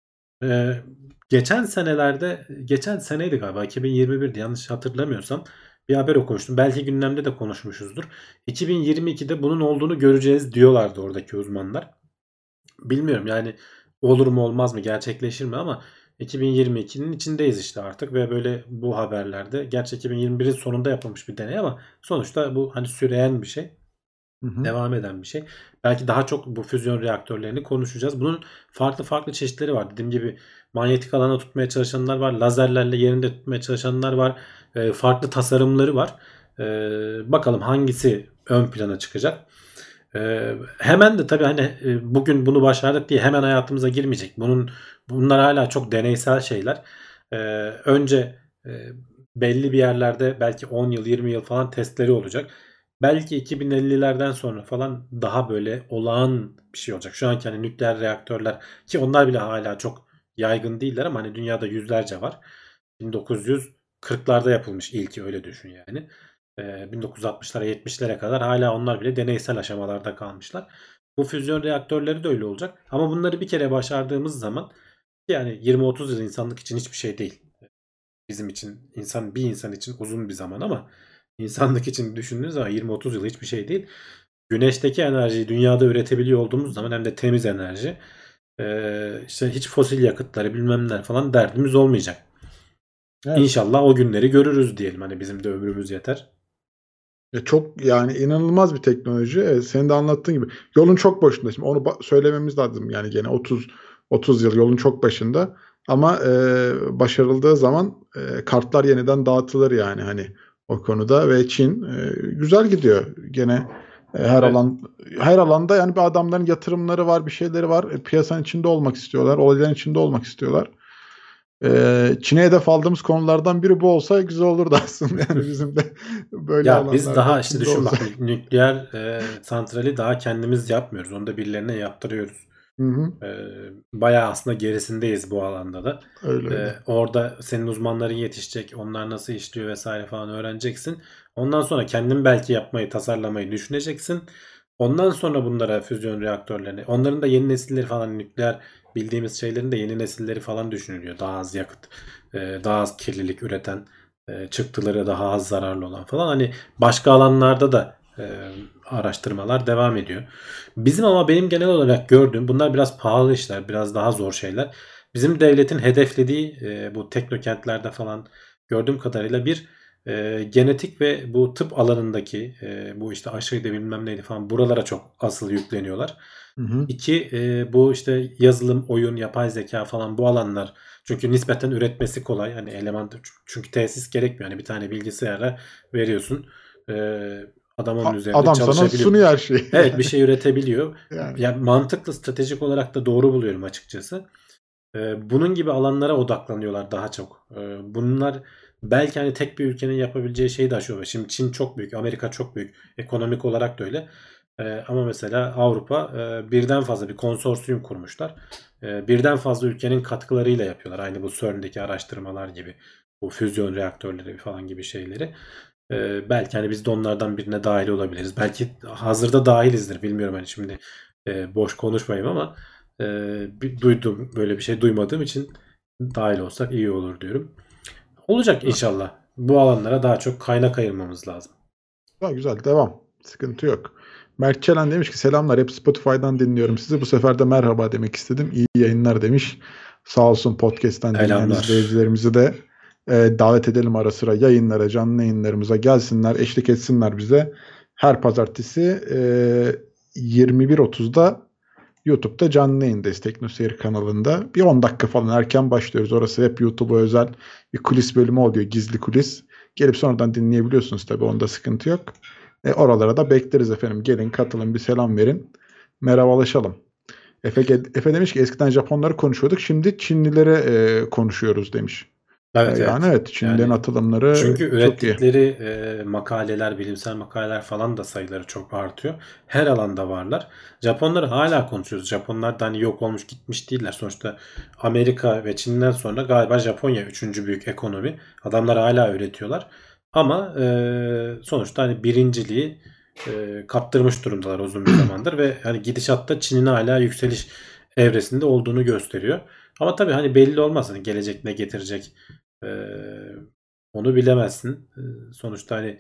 Speaker 2: Ee, geçen senelerde, geçen seneydi galiba, iki bin yirmi birdi yanlış hatırlamıyorsam, bir haber okumuştum. Belki gündemde de konuşmuşuzdur. iki bin yirmi ikide bunun olduğunu göreceğiz diyorlardı oradaki uzmanlar. Bilmiyorum yani, olur mu olmaz mı, gerçekleşir mi, ama iki bin yirmi ikinin içindeyiz işte artık ve böyle bu haberlerde, gerçi iki bin yirmi birin sonunda yapılmış bir deney ama sonuçta bu hani süreyen bir şey.
Speaker 3: Hı hı.
Speaker 2: Devam eden bir şey. Belki daha çok bu füzyon reaktörlerini konuşacağız. Bunun farklı farklı çeşitleri var. Dediğim gibi manyetik alana tutmaya çalışanlar var. Lazerlerle yerinde tutmaya çalışanlar var. E, farklı tasarımları var. E, bakalım hangisi ön plana çıkacak. E, hemen de tabii hani e, bugün bunu başardık diye hemen hayatımıza girmeyecek. Bunun bunlar hala çok deneysel şeyler. E, önce e, belli bir yerlerde belki on yıl yirmi yıl falan testleri olacak. Belki iki bin ellilerden sonra falan daha böyle olağan bir şey olacak. Şu anki hani nükleer reaktörler, ki onlar bile hala çok yaygın değiller ama hani dünyada yüzlerce var. bin dokuz yüz kırklarda yapılmış ilki, öyle düşün yani. Ee, bin dokuz yüz altmışlara yetmişlere kadar hala onlar bile deneysel aşamalarda kalmışlar. Bu füzyon reaktörleri de öyle olacak. Ama bunları bir kere başardığımız zaman, yani yirmi otuz yıl insanlık için hiçbir şey değil. Bizim için, insan bir insan için uzun bir zaman ama insanlık için düşündüğünüz zaman yirmi otuz yıl hiçbir şey değil. Güneşteki enerjiyi dünyada üretebiliyor olduğumuz zaman, hem de temiz enerji, ee, işte hiç fosil yakıtları bilmem neler falan derdimiz olmayacak.
Speaker 3: Evet.
Speaker 2: İnşallah o günleri görürüz diyelim, hani bizim de ömrümüz yeter.
Speaker 3: E çok yani inanılmaz bir teknoloji. E, senin de anlattığın gibi. Yolun çok başında. Şimdi onu ba- söylememiz lazım. Yani gene otuz otuz yıl yolun çok başında. Ama e, başarıldığı zaman e, kartlar yeniden dağıtılır yani hani o konuda ve Çin e, güzel gidiyor. Gene e, her
Speaker 2: Evet.
Speaker 3: alan her alanda yani bir adamların yatırımları var, bir şeyleri var. E, piyasanın içinde olmak istiyorlar. Olayların içinde olmak istiyorlar. Ee, Çin'e hedef aldığımız konulardan biri bu olsa güzel olurdu aslında. Yani bizim de böyle
Speaker 2: Ya biz
Speaker 3: alanlarda
Speaker 2: daha işte
Speaker 3: içinde
Speaker 2: düşün
Speaker 3: olsa.
Speaker 2: bak, nü- nükleer e, santrali daha kendimiz yapmıyoruz. Onu da birilerine yaptırıyoruz.
Speaker 3: Hı hı.
Speaker 2: E, bayağı aslında gerisindeyiz bu alanda da.
Speaker 3: Öyle
Speaker 2: E,
Speaker 3: öyle.
Speaker 2: orada senin uzmanların yetişecek. Onlar nasıl işliyor vesaire falan öğreneceksin. Ondan sonra kendin belki yapmayı, tasarlamayı düşüneceksin. Ondan sonra bunlara füzyon reaktörlerini, onların da yeni nesilleri falan, nükleer bildiğimiz şeylerin de yeni nesilleri falan düşünülüyor. Daha az yakıt, e, daha az kirlilik üreten, e, çıktıları daha az zararlı olan falan. Hani başka alanlarda da e, araştırmalar devam ediyor. Bizim ama benim genel olarak gördüğüm, bunlar biraz pahalı işler, biraz daha zor şeyler. Bizim devletin hedeflediği e, bu teknokentlerde falan gördüğüm kadarıyla, bir e, genetik ve bu tıp alanındaki e, bu işte aşıydı bilmem neydi falan, buralara çok asıl yükleniyorlar.
Speaker 3: Hı hı.
Speaker 2: İki, e, bu işte yazılım, oyun, yapay zeka falan, bu alanlar. Çünkü nispeten üretmesi kolay. Hani eleman, çünkü tesis gerekmiyor. Hani bir tane bilgisayara veriyorsun. E, adam onun
Speaker 3: A-
Speaker 2: üzerinde
Speaker 3: adam sana
Speaker 2: çalışabiliyor.
Speaker 3: sunuyor her şeyi.
Speaker 2: Evet, bir şey üretebiliyor.
Speaker 3: Yani.
Speaker 2: Yani mantıklı, stratejik olarak da doğru buluyorum açıkçası. E, bunun gibi alanlara odaklanıyorlar daha çok. E, bunlar belki hani tek bir ülkenin yapabileceği şeyi de aşıyor. Şimdi Çin çok büyük, Amerika çok büyük. Ekonomik olarak da öyle. E, ama mesela Avrupa e, birden fazla bir konsorsiyum kurmuşlar. E, birden fazla ülkenin katkılarıyla yapıyorlar. Aynı bu CERN'deki araştırmalar gibi. Bu füzyon reaktörleri falan gibi şeyleri. E, belki hani biz de onlardan birine dahil olabiliriz. Belki hazırda dahilizdir. Bilmiyorum hani şimdi e, boş konuşmayayım ama e, bir, duydum böyle bir şey duymadığım için dahil olsak iyi olur diyorum. Olacak inşallah. Bu alanlara daha çok kaynak ayırmamız lazım.
Speaker 3: Güzel güzel devam. Sıkıntı yok. Mert Çelen demiş ki selamlar, hep Spotify'dan dinliyorum sizi. Bu sefer de merhaba demek istedim. İyi yayınlar demiş. Sağ olsun podcast'ten dinleyen
Speaker 2: Selamlar.
Speaker 3: izleyicilerimizi de e, davet edelim ara sıra yayınlara, canlı yayınlarımıza gelsinler, eşlik etsinler bize. Her pazartesi e, yirmi bir otuzda YouTube'da canlı yayındayız Teknoseyir kanalında. Bir on dakika falan erken başlıyoruz. Orası hep YouTube'a özel bir kulis bölümü oluyor. Gizli kulis. Gelip sonradan dinleyebiliyorsunuz tabii. Onda sıkıntı yok. E, oralara da bekleriz efendim. Gelin katılın, bir selam verin. Merhabalaşalım. Efe, Efe demiş ki eskiden Japonları konuşuyorduk. Şimdi Çinlilere e, konuşuyoruz demiş.
Speaker 2: Evet,
Speaker 3: E, yani
Speaker 2: evet.
Speaker 3: evet Çinlilerin
Speaker 2: Yani
Speaker 3: atılımları
Speaker 2: çünkü
Speaker 3: çok iyi.
Speaker 2: ürettikleri e, makaleler, bilimsel makaleler falan da sayıları çok artıyor. Her alanda varlar. Japonları hala konuşuyoruz. Japonlar da hani yok olmuş gitmiş değiller. Sonuçta Amerika ve Çin'den sonra galiba Japonya üçüncü büyük ekonomi. Adamlar hala üretiyorlar. Ama e, sonuçta hani birinciliği e, kaptırmış durumdalar uzun bir zamandır ve hani gidişatta Çin'in hala yükseliş evresinde olduğunu gösteriyor. Ama tabii hani belli olmaz hani gelecek ne getirecek. Ee, onu bilemezsin. Ee, sonuçta hani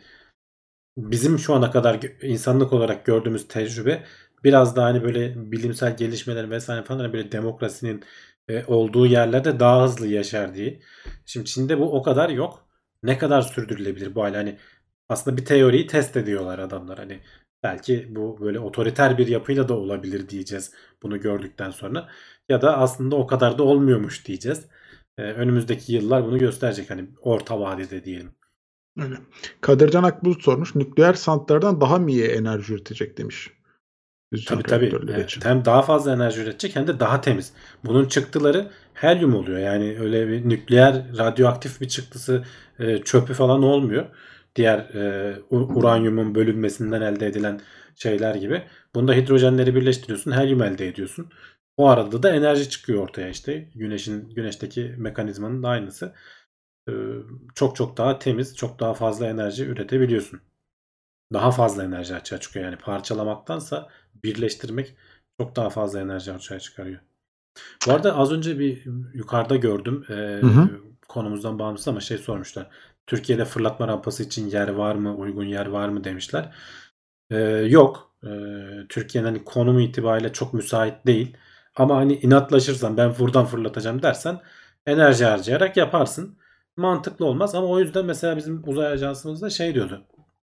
Speaker 2: bizim şu ana kadar gö- insanlık olarak gördüğümüz tecrübe biraz daha hani böyle bilimsel gelişmeler vesaire falan hani böyle demokrasinin e, olduğu yerlerde daha hızlı yaşar diye. Şimdi Çin'de bu o kadar yok. Ne kadar sürdürülebilir bu hale? Hani aslında bir teoriyi test ediyorlar adamlar. Hani belki bu böyle otoriter bir yapıyla da olabilir diyeceğiz bunu gördükten sonra. Ya da aslında o kadar da olmuyormuş diyeceğiz. Ee, önümüzdeki yıllar bunu gösterecek hani orta vadede diyelim.
Speaker 3: Öyle. Kadircan Akbulut sormuş. Nükleer santrallerden daha mı iyi enerji üretecek demiş. Füzyon
Speaker 2: Tabii tabii.
Speaker 3: reaktörleri
Speaker 2: Evet.
Speaker 3: için.
Speaker 2: Hem daha fazla enerji üretecek hem de daha temiz. Bunun çıktıları helyum oluyor. Yani öyle bir nükleer radyoaktif bir çıktısı e, çöpü falan olmuyor. Diğer e, u- uranyumun bölünmesinden elde edilen şeyler gibi. Bunda hidrojenleri birleştiriyorsun, helyum elde ediyorsun. O arada da enerji çıkıyor ortaya işte. Güneşin güneşteki mekanizmanın da aynısı. E, çok çok daha temiz, çok daha fazla enerji üretebiliyorsun. Daha fazla enerji açığa çıkıyor. Yani parçalamaktansa birleştirmek çok daha fazla enerji açığa çıkarıyor. Bu arada az önce bir yukarıda gördüm. Ee,
Speaker 3: Hı hı.
Speaker 2: konumuzdan bağımsız ama şey sormuşlar. Türkiye'de fırlatma rampası için yer var mı? Uygun yer var mı demişler. Ee, yok. Ee, Türkiye'nin hani konumu itibariyle çok müsait değil. Ama hani inatlaşırsan ben buradan fırlatacağım dersen enerji harcayarak yaparsın. Mantıklı olmaz ama o yüzden mesela bizim uzay ajansımızda şey diyordu.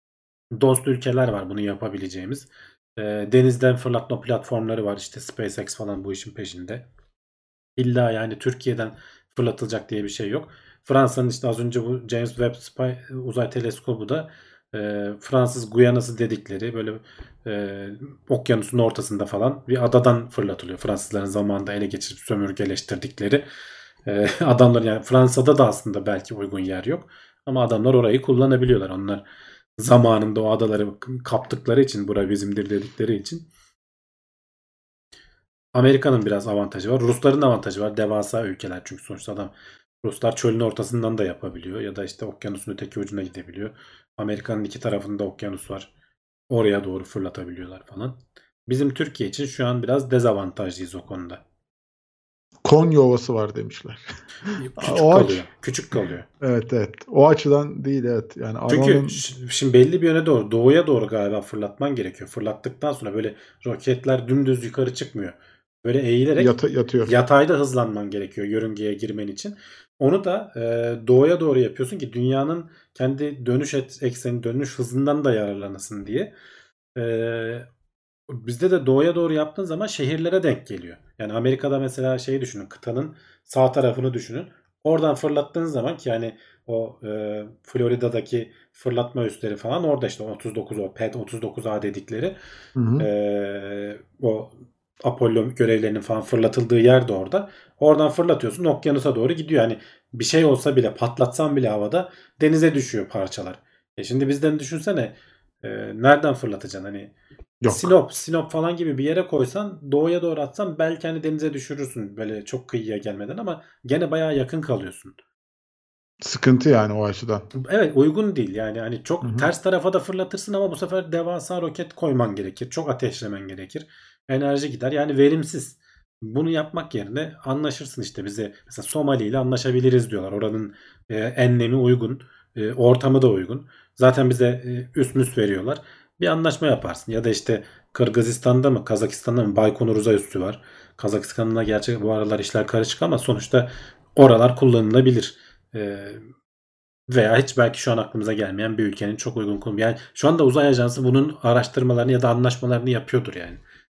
Speaker 2: Dost ülkeler var bunu yapabileceğimiz. Ee, denizden fırlatma platformları var. İşte SpaceX falan bu işin peşinde. İlla yani Türkiye'den fırlatılacak diye bir şey yok. Fransa'nın işte az önce bu James Webb Spy- uzay teleskobu da e, Fransız Guyana'sı dedikleri böyle e, okyanusun ortasında falan bir adadan fırlatılıyor. Fransızların zamanında ele geçirip sömürgeleştirdikleri e, adamlar yani Fransa'da da aslında belki uygun yer yok. Ama adamlar orayı kullanabiliyorlar. Onlar zamanında o adaları kaptıkları için bura bizimdir dedikleri için Amerika'nın biraz avantajı var. Rusların avantajı var. Devasa ülkeler çünkü sonuçta adam Ruslar çölün ortasından da yapabiliyor ya da işte okyanusun öteki ucuna gidebiliyor. Amerika'nın iki tarafında okyanus var. Oraya doğru fırlatabiliyorlar falan. Bizim Türkiye için şu an biraz dezavantajlıyız o konuda.
Speaker 3: Konya Ovası var demişler.
Speaker 2: Küçük
Speaker 3: O
Speaker 2: kalıyor.
Speaker 3: aç.
Speaker 2: Küçük kalıyor.
Speaker 3: Evet evet. O açıdan değil evet. Yani
Speaker 2: Çünkü
Speaker 3: alanın
Speaker 2: ş- şimdi belli bir yöne doğru doğuya doğru galiba fırlatman gerekiyor. Fırlattıktan sonra böyle roketler dümdüz yukarı çıkmıyor. Böyle eğilerek
Speaker 3: yata, yatıyor.
Speaker 2: yatayda hızlanman gerekiyor yörüngeye girmen için. Onu da e, doğuya doğru yapıyorsun ki dünyanın kendi dönüş et, ekseni dönüş hızından da yararlanasın diye. E, bizde de doğuya doğru yaptığın zaman şehirlere denk geliyor. Yani Amerika'da mesela şeyi düşünün, kıtanın sağ tarafını düşünün. Oradan fırlattığınız zaman ki yani o e, Florida'daki fırlatma üsleri falan orada işte otuz dokuz o P E T otuz dokuz A dedikleri
Speaker 3: Hı hı.
Speaker 2: e, o Apollo görevlerinin falan fırlatıldığı yer de orada. Oradan fırlatıyorsun okyanusa doğru gidiyor. Yani bir şey olsa bile patlatsan bile havada denize düşüyor parçalar. E şimdi bizden düşünsene e, nereden fırlatacaksın hani
Speaker 3: Yok.
Speaker 2: Sinop, Sinop falan gibi bir yere koysan, doğuya doğru atsan belki hani denize düşürürsün böyle çok kıyıya gelmeden, ama gene bayağı yakın kalıyorsun.
Speaker 3: Sıkıntı yani o açıdan.
Speaker 2: Evet, uygun değil yani, hani
Speaker 3: Hı
Speaker 2: çok
Speaker 3: hı.
Speaker 2: ters tarafa da fırlatırsın ama bu sefer devasa roket koyman gerekir. Çok ateşlemen gerekir. Enerji gider. Yani verimsiz. Bunu yapmak yerine anlaşırsın işte, bize mesela Somali ile anlaşabiliriz diyorlar. Oranın e, enlemi uygun, e, ortamı da uygun. Zaten bize e, üs müs veriyorlar. Bir anlaşma yaparsın. Ya da işte Kırgızistan'da mı Kazakistan'da mı Baykonur uzay üssü var. Kazakistan'da gerçi bu aralar işler karışık ama sonuçta oralar kullanılabilir. E, Veya hiç belki şu an aklımıza gelmeyen bir ülkenin çok uygun konumu. Yani şu anda uzay ajansı bunun araştırmalarını ya da anlaşmalarını yapıyordur yani.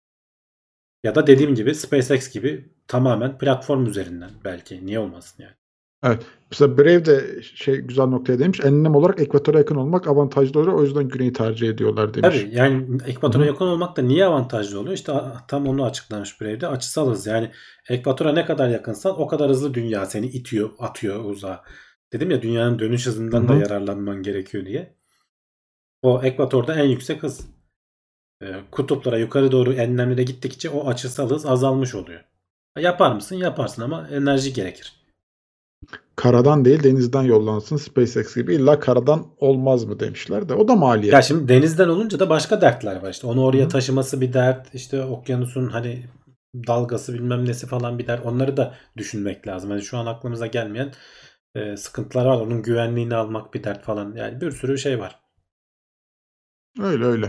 Speaker 2: Ya da dediğim gibi SpaceX gibi tamamen platform üzerinden belki. Niye olmasın yani.
Speaker 3: Evet. Mesela Brave de şey güzel noktaya demiş. Enlem olarak ekvatora yakın olmak avantajlı olur. O yüzden güneyi tercih ediyorlar demiş.
Speaker 2: Tabii yani
Speaker 3: Hı
Speaker 2: ekvatora
Speaker 3: hı.
Speaker 2: yakın olmak da niye avantajlı oluyor? İşte tam onu açıklamış Brave'de. Açısal hız, yani ekvatora ne kadar yakınsan o kadar hızlı dünya seni itiyor, atıyor uzağa. Dedim ya, dünyanın dönüş
Speaker 3: Hı
Speaker 2: hızından da
Speaker 3: hı.
Speaker 2: yararlanman gerekiyor diye. O ekvatorda en yüksek hız. E, kutuplara yukarı doğru enlemlere gittikçe o açısal hız azalmış oluyor. Yapar mısın? Yaparsın ama enerji gerekir.
Speaker 3: Karadan değil denizden yollansın SpaceX gibi. İlla karadan olmaz mı demişler de. O da
Speaker 2: Ya
Speaker 3: maliyet.
Speaker 2: şimdi denizden olunca da başka dertler var işte. Onu
Speaker 3: Hı
Speaker 2: oraya
Speaker 3: hı.
Speaker 2: taşıması bir dert. İşte okyanusun hani dalgası bilmem nesi falan bir dert. Onları da düşünmek lazım. Hani şu an aklımıza gelmeyen e, sıkıntılar var. Onun güvenliğini almak bir dert falan. Yani bir sürü şey var.
Speaker 3: Öyle öyle.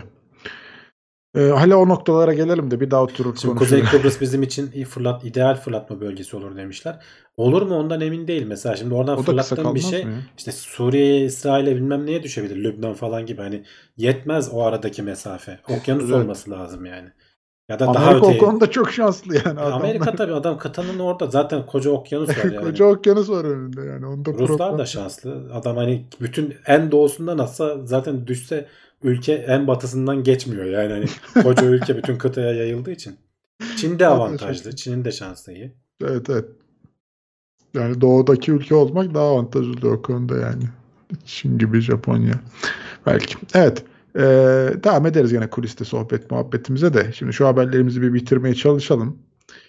Speaker 3: Ee, hala o noktalara gelelim de bir daha oturur
Speaker 2: Şimdi Kuzey
Speaker 3: konuşuruz.
Speaker 2: Kıbrıs bizim için iyi fırlat, ideal fırlatma bölgesi olur demişler. Olur mu ondan emin değil. Mesela şimdi oradan
Speaker 3: O da kısa
Speaker 2: fırlattığım bir
Speaker 3: kalmaz
Speaker 2: şey
Speaker 3: mı ya?
Speaker 2: işte Suriye'ye, İsrail'e bilmem neye düşebilir. Lübnan falan gibi. Hani yetmez o aradaki mesafe. Okyanus
Speaker 3: Evet.
Speaker 2: olması lazım yani. Ya da daha
Speaker 3: Amerika o
Speaker 2: öteye.
Speaker 3: konuda çok şanslı yani
Speaker 2: E, Amerika
Speaker 3: adamlar.
Speaker 2: tabii, adam kıtanın orada. Zaten koca okyanus var yani.
Speaker 3: Koca okyanus var önünde yani. Onda
Speaker 2: Ruslar
Speaker 3: problem
Speaker 2: da
Speaker 3: yok.
Speaker 2: şanslı. Adam hani bütün en doğusundan atsa zaten düşse ülke en batısından geçmiyor. Yani hani koca ülke bütün kıtaya yayıldığı için. Çin de
Speaker 3: O da çok
Speaker 2: avantajlı.
Speaker 3: iyi.
Speaker 2: Çin'in de şansı iyi.
Speaker 3: Evet evet. Yani doğudaki ülke olmak daha avantajlı o konuda yani. Çin gibi Japonya. Belki. Evet. Ee, devam ederiz yine kuliste sohbet muhabbetimize de. Şimdi şu haberlerimizi bir bitirmeye çalışalım.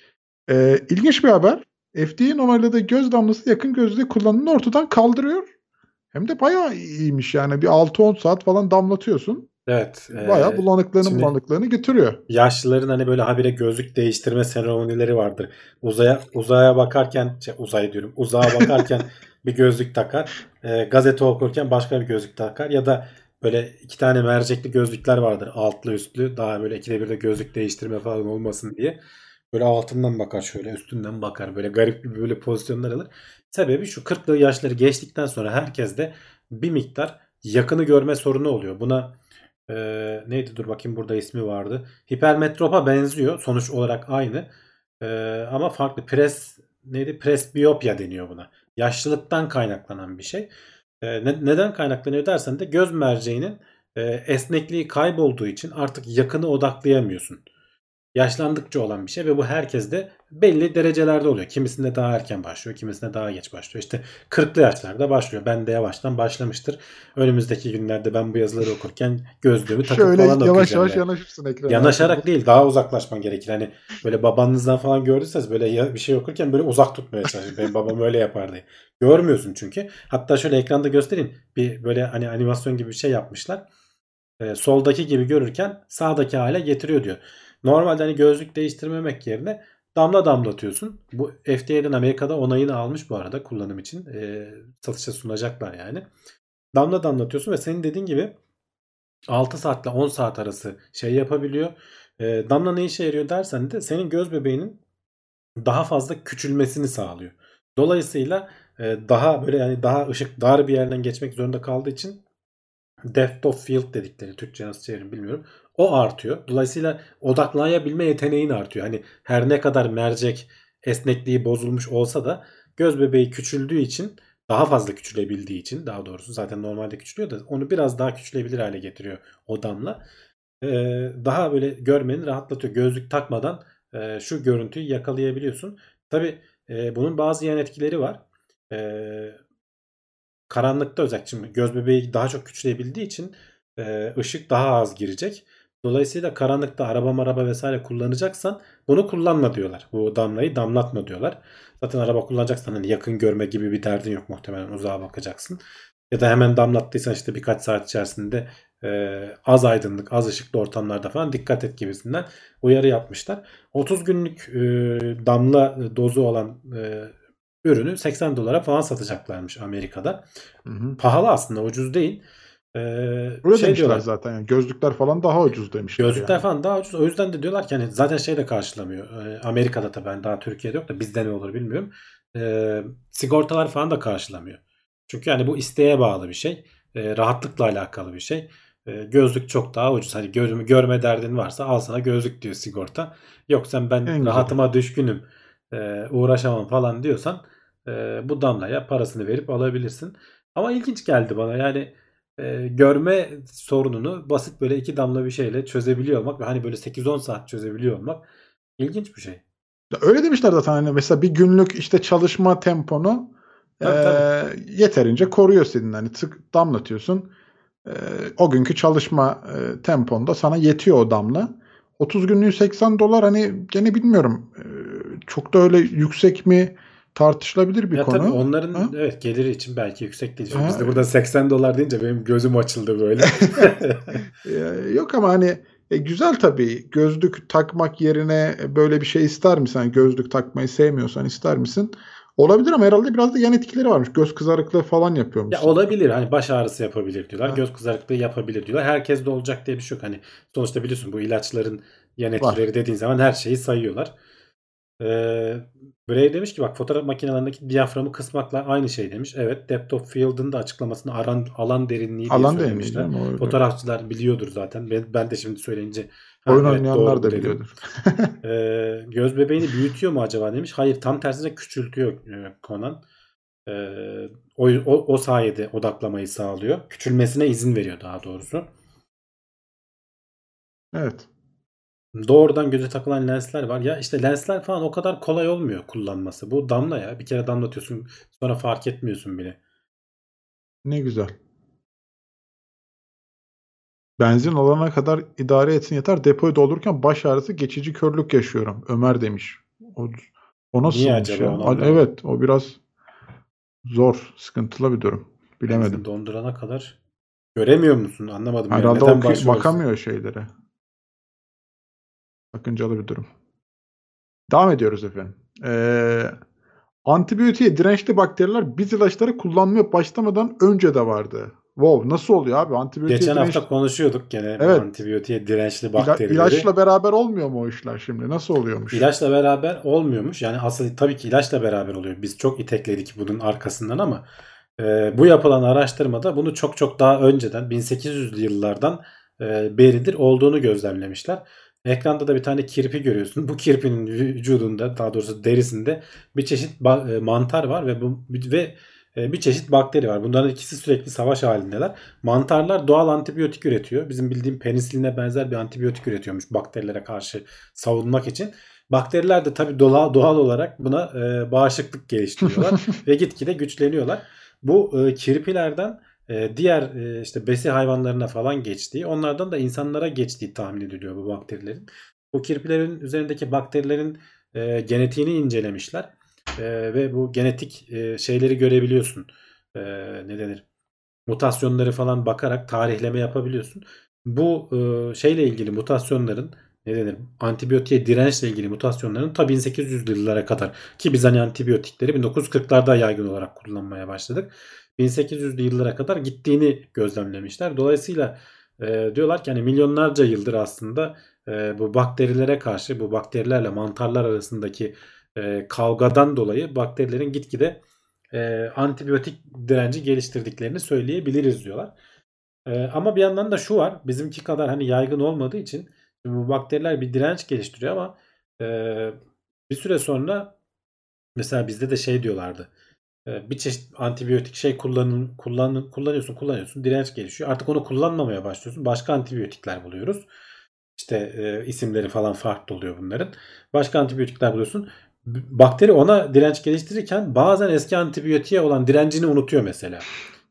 Speaker 3: Ee, ilginç bir haber. F D A'nın onayladığı göz damlası yakın gözlüğü kullanımını ortadan kaldırıyor. Hem de bayağı iyiymiş yani. Bir altı on saat falan damlatıyorsun.
Speaker 2: Evet.
Speaker 3: Bayağı
Speaker 2: E,
Speaker 3: bulanıklığını
Speaker 2: şimdi
Speaker 3: bulanıklığını getiriyor.
Speaker 2: yaşlıların hani böyle habire gözlük değiştirme seremonileri vardır. Uzaya uzaya bakarken, şey, uzay diyorum. Uzağa bakarken bir gözlük takar. E, gazete okurken başka bir gözlük takar. Ya da böyle iki tane mercekli gözlükler vardır. Altlı üstlü. Daha böyle ikide bir de gözlük değiştirme falan olmasın diye. Böyle altından bakar, şöyle üstünden bakar. Böyle garip bir böyle pozisyonlar alır. Sebebi şu: kırklı yaşları geçtikten sonra herkeste bir miktar yakını görme sorunu oluyor. Buna ee, neydi, dur bakayım, burada ismi vardı. Hipermetropa benziyor. Sonuç olarak aynı. Ee, ama farklı. Pres neydi? Presbiyopya deniyor buna. Yaşlılıktan kaynaklanan bir şey. Ee, ne- neden kaynaklanıyor dersen de göz merceğinin e, esnekliği kaybolduğu için artık yakını odaklayamıyorsun. Yaşlandıkça olan bir şey ve bu herkeste belli derecelerde oluyor. Kimisinde daha erken başlıyor, kimisinde daha geç başlıyor. İşte kırklı yaşlarda başlıyor. Ben de yavaştan başlamıştır. Önümüzdeki günlerde ben bu yazıları okurken gözlüğümü takıp
Speaker 3: Şöyle
Speaker 2: falan
Speaker 3: yavaş
Speaker 2: okuyacağım
Speaker 3: yavaş
Speaker 2: yani.
Speaker 3: yanaşırsın ekrana artık. Bu
Speaker 2: Yanaşarak değil, daha uzaklaşman gerekir. Hani böyle babanızdan falan gördüyseniz böyle ya- bir şey okurken böyle uzak tutmaya çalışın. Benim babam öyle yapardı. Görmüyorsun çünkü. Hatta şöyle ekranda göstereyim. Bir böyle hani animasyon gibi bir şey yapmışlar. Ee, soldaki gibi görürken sağdaki hale getiriyor diyor. Normalde hani gözlük değiştirmemek yerine damla damlatıyorsun. Bu F D A'den Amerika'da onayını almış bu arada kullanım için. Ee, satışa sunacaklar yani. Damla damlatıyorsun ve senin dediğin gibi altı saatle on saat arası şey yapabiliyor. Ee, damla ne işe yarıyor dersen de senin göz bebeğinin daha fazla küçülmesini sağlıyor. Dolayısıyla e, daha böyle yani daha ışık dar bir yerden geçmek zorunda kaldığı için depth of field dedikleri, Türkçe nasıl çevirim bilmiyorum. O artıyor. Dolayısıyla odaklayabilme yeteneğin artıyor. Hani her ne kadar mercek esnekliği bozulmuş olsa da göz bebeği küçüldüğü için, daha fazla küçülebildiği için, daha doğrusu zaten normalde küçülüyor da onu biraz daha küçülebilir hale getiriyor o damla. Ee, Daha böyle görmeni rahatlatıyor. Gözlük takmadan e, şu görüntüyü yakalayabiliyorsun. Tabii e, bunun bazı yan etkileri var. Ee, Karanlıkta özellikle, şimdi göz bebeği daha çok küçülebildiği için e, ışık daha az girecek. Dolayısıyla karanlıkta araba maraba vesaire kullanacaksan bunu kullanma diyorlar. Bu damlayı damlatma diyorlar. Zaten araba kullanacaksan hani yakın görme gibi bir derdin yok, muhtemelen uzağa bakacaksın. Ya da hemen damlattıysan işte birkaç saat içerisinde e, az aydınlık, az ışıklı ortamlarda falan dikkat et gibisinden uyarı yapmışlar. otuz günlük e, damla dozu olan e, ürünü seksen dolara falan satacaklarmış Amerika'da.
Speaker 3: Hı hı.
Speaker 2: Pahalı aslında, ucuz değil. Ee,
Speaker 3: Öyle
Speaker 2: şey
Speaker 3: demişler
Speaker 2: diyorlar.
Speaker 3: zaten. Yani gözlükler falan daha ucuz demişler
Speaker 2: Gözlükler
Speaker 3: yani.
Speaker 2: falan daha ucuz. O yüzden de diyorlar ki hani zaten şey de karşılamıyor. Ee, Amerika'da tabii, ben daha Türkiye'de yok da bizde ne olur bilmiyorum. Ee, sigortalar falan da karşılamıyor. Çünkü yani bu isteğe bağlı bir şey. Ee, rahatlıkla alakalı bir şey. Ee, gözlük çok daha ucuz. Hani gözümü görme derdin varsa al sana gözlük diyor sigorta. Yok sen ben
Speaker 3: En güzeli.
Speaker 2: rahatıma düşkünüm, e, uğraşamam falan diyorsan e, bu damlaya parasını verip alabilirsin. Ama ilginç geldi bana yani. E, görme sorununu basit böyle iki damla bir şeyle çözebiliyor olmak ve hani böyle sekiz on saat çözebiliyor olmak ilginç bir şey.
Speaker 3: Ya öyle demişler zaten, hani mesela bir günlük işte çalışma temponu e,
Speaker 2: Tabii tabii.
Speaker 3: yeterince koruyor senin. Hani tık damlatıyorsun. E, o günkü çalışma e, temponda sana yetiyor o damla. otuz günlüğü seksen dolar, hani gene bilmiyorum. E, çok da öyle yüksek mi, tartışılabilir bir
Speaker 2: Ya tabii
Speaker 3: konu.
Speaker 2: onların
Speaker 3: Ha?
Speaker 2: evet geliri için belki yüksek değil. Şimdi biz
Speaker 3: Ha,
Speaker 2: de burada seksen dolar deyince benim gözüm açıldı böyle.
Speaker 3: Eee, yok ama hani e, güzel tabii. Gözlük takmak yerine e, böyle bir şey ister misin? Hani gözlük takmayı sevmiyorsan ister misin? Olabilir ama herhalde biraz da yan etkileri varmış. Göz kızarıklığı falan
Speaker 2: Ya
Speaker 3: yapıyormuş.
Speaker 2: olabilir, hani baş ağrısı yapabilir diyorlar.
Speaker 3: Ha,
Speaker 2: Göz kızarıklığı yapabilir diyorlar. Herkes de olacak diye bir şey yok. Hani sonuçta biliyorsun bu ilaçların yan
Speaker 3: var.
Speaker 2: etkileri dediğin zaman her şeyi sayıyorlar. Ee, Bray demiş ki bak, fotoğraf makinelerindeki diyaframı kısmakla aynı şey demiş. Evet, depth of field'ın da açıklamasını alan, alan derinliği diye
Speaker 3: Alan deneyimli
Speaker 2: söylemişler.
Speaker 3: canım. O öyle.
Speaker 2: Fotoğrafçılar biliyordur zaten. Ben, ben de şimdi söyleyince ha
Speaker 3: Oyun
Speaker 2: evet doğru
Speaker 3: oynayanlar
Speaker 2: bu
Speaker 3: da
Speaker 2: dedim.
Speaker 3: biliyordur.
Speaker 2: Ee, göz bebeğini büyütüyor mu acaba demiş. Hayır, tam tersine küçültüyor e, Conan. Ee, o, o, o sayede odaklamayı sağlıyor. Küçülmesine izin veriyor daha doğrusu.
Speaker 3: Evet.
Speaker 2: Doğrudan göze takılan lensler var. Ya işte lensler falan o kadar kolay olmuyor kullanması. Bu damla ya. Bir kere damlatıyorsun, sonra fark etmiyorsun bile.
Speaker 3: Ne güzel. Benzin alana kadar idare etsin yeter. Depoyu doldururken baş ağrısı, geçici körlük yaşıyorum. Ömer demiş. O, o
Speaker 2: Niye
Speaker 3: nasılmış
Speaker 2: acaba,
Speaker 3: ya?
Speaker 2: onu
Speaker 3: A-
Speaker 2: anlamadım.
Speaker 3: Evet, o biraz zor, sıkıntılı bir durum.
Speaker 2: Benzin
Speaker 3: Bilemedim.
Speaker 2: doldurana kadar göremiyor musun? Anlamadım yani.
Speaker 3: Herhalde
Speaker 2: Neden
Speaker 3: oku-
Speaker 2: başvuruyorsun?
Speaker 3: bakamıyor şeylere. Sakıncalı bir durum. Devam ediyoruz efendim. Ee, antibiyotiğe dirençli bakteriler biz ilaçları kullanmaya başlamadan önce de vardı. Wow, nasıl oluyor abi? Antibiyotiğe
Speaker 2: Geçen hafta
Speaker 3: direnç...
Speaker 2: konuşuyorduk gene bu
Speaker 3: Evet,
Speaker 2: antibiyotiğe dirençli
Speaker 3: ila-
Speaker 2: bakterileri.
Speaker 3: ilaçla beraber olmuyor mu o işler şimdi? Nasıl oluyormuş?
Speaker 2: İlaçla beraber olmuyormuş. Yani aslında tabii ki ilaçla beraber oluyor. Biz çok itekledik bunun arkasından ama e, bu yapılan araştırmada bunu çok çok daha önceden bin sekiz yüzlü yıllardan e, beridir olduğunu gözlemlemişler. Ekranda da bir tane kirpi görüyorsun. Bu kirpinin vücudunda, daha doğrusu derisinde bir çeşit ba- e, mantar var ve bu ve e, bir çeşit bakteri var. Bunların ikisi sürekli savaş halindeler. Mantarlar doğal antibiyotik üretiyor. Bizim bildiğim penisiline benzer bir antibiyotik üretiyormuş bakterilere karşı savunmak için. Bakteriler de tabii doğal, doğal olarak buna e, bağışıklık geliştiriyorlar ve gitgide güçleniyorlar. Bu e, kirpilerden e, diğer e, işte besi hayvanlarına falan geçtiği, onlardan da insanlara geçtiği tahmin ediliyor bu bakterilerin. Bu kirpilerin üzerindeki bakterilerin e, genetiğini incelemişler. E, ve bu genetik e, şeyleri görebiliyorsun. E, ne denir? Mutasyonları falan bakarak tarihleme yapabiliyorsun. Bu e, şeyle ilgili mutasyonların, ne denir, antibiyotiğe dirençle ilgili mutasyonların ta bin sekiz yüzlü yıllara kadar, ki biz hani antibiyotikleri bin dokuz yüz kırklarda yaygın olarak kullanmaya başladık. bin sekiz yüzlü yıllara kadar gittiğini gözlemlemişler. Dolayısıyla e, diyorlar ki hani milyonlarca yıldır aslında e, bu bakterilere karşı, bu bakterilerle mantarlar arasındaki e, kavgadan dolayı bakterilerin gitgide e, antibiyotik direnci geliştirdiklerini söyleyebiliriz diyorlar. E, ama bir yandan da şu var. Bizimki kadar hani yaygın olmadığı için bu bakteriler bir direnç geliştiriyor ama e, bir süre sonra mesela bizde de şey diyorlardı. E, bir çeşit antibiyotik şey kullanın, kullan, kullanıyorsun kullanıyorsun, direnç gelişiyor. Artık onu kullanmamaya başlıyorsun. Başka antibiyotikler buluyoruz. İşte e, isimleri falan farklı oluyor bunların. Başka antibiyotikler buluyorsun. B- Bakteri ona direnç geliştirirken bazen eski antibiyotiğe olan direncini unutuyor mesela.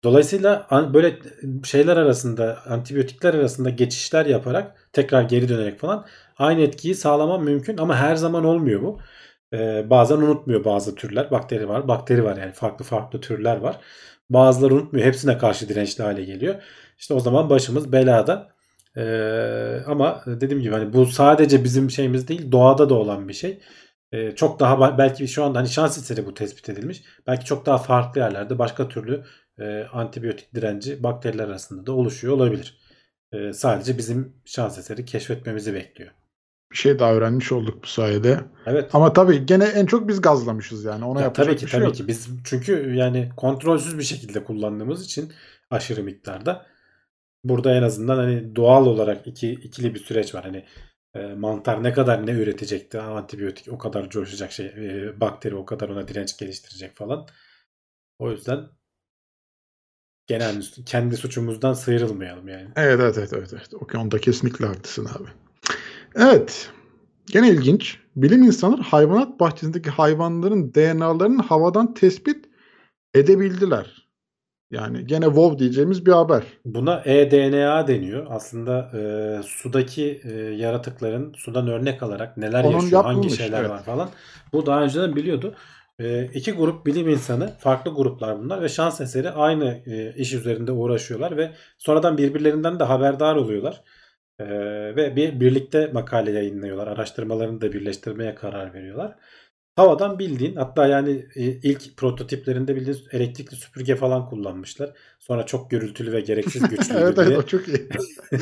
Speaker 2: Dolayısıyla an- böyle şeyler arasında, antibiyotikler arasında geçişler yaparak tekrar geri dönerek falan aynı etkiyi sağlamam mümkün ama her zaman olmuyor bu. Ee, bazen unutmuyor bazı türler. Bakteri var. Bakteri var yani farklı farklı türler var. Bazıları unutmuyor. Hepsine karşı dirençli hale geliyor. İşte o zaman başımız belada. Ee, ama dediğim gibi hani bu sadece bizim şeyimiz değil, doğada da olan bir şey. Ee, çok daha ba- belki şu anda hani şans eseri bu tespit edilmiş. Belki çok daha farklı yerlerde başka türlü e, antibiyotik direnci bakteriler arasında da oluşuyor olabilir. E, sadece bizim şans eseri keşfetmemizi bekliyor.
Speaker 3: Bir şey daha öğrenmiş olduk bu sayede.
Speaker 2: Evet.
Speaker 3: Ama tabii gene en çok biz gazlamışız yani. Ona
Speaker 2: Ya
Speaker 3: yapacak
Speaker 2: tabii ki
Speaker 3: bir şey
Speaker 2: tabii
Speaker 3: yok.
Speaker 2: ki biz çünkü yani kontrolsüz bir şekilde kullandığımız için aşırı miktarda burada en azından hani doğal olarak iki ikili bir süreç var. Hani e, mantar ne kadar ne üretecekti antibiyotik o kadar coşacak şey e, bakteri o kadar ona direnç geliştirecek falan. O yüzden genel kendi suçumuzdan sıyrılmayalım yani.
Speaker 3: Evet evet evet evet. evet. O konuda kesinlikle haklısın abi. Evet. Gene ilginç. Bilim insanları hayvanat bahçesindeki hayvanların D N A'larının havadan tespit edebildiler. Yani gene wow diyeceğimiz bir haber.
Speaker 2: Buna eDNA deniyor. Aslında e, sudaki e, yaratıkların sudan örnek alarak neler
Speaker 3: Onun
Speaker 2: yaşıyor, hangi
Speaker 3: yapılmış.
Speaker 2: şeyler
Speaker 3: Evet.
Speaker 2: var falan. Bu daha önceden biliyordu. E, iki grup bilim insanı, farklı gruplar bunlar ve şans eseri aynı e, iş üzerinde uğraşıyorlar ve sonradan birbirlerinden de haberdar oluyorlar. E, ve bir birlikte makale yayınlıyorlar. Araştırmalarını da birleştirmeye karar veriyorlar. Havadan bildiğin hatta yani e, ilk prototiplerinde bildiğin elektrikli süpürge falan kullanmışlar. Sonra çok gürültülü ve gereksiz güçlüydü
Speaker 3: evet evet
Speaker 2: diye.
Speaker 3: o çok iyi.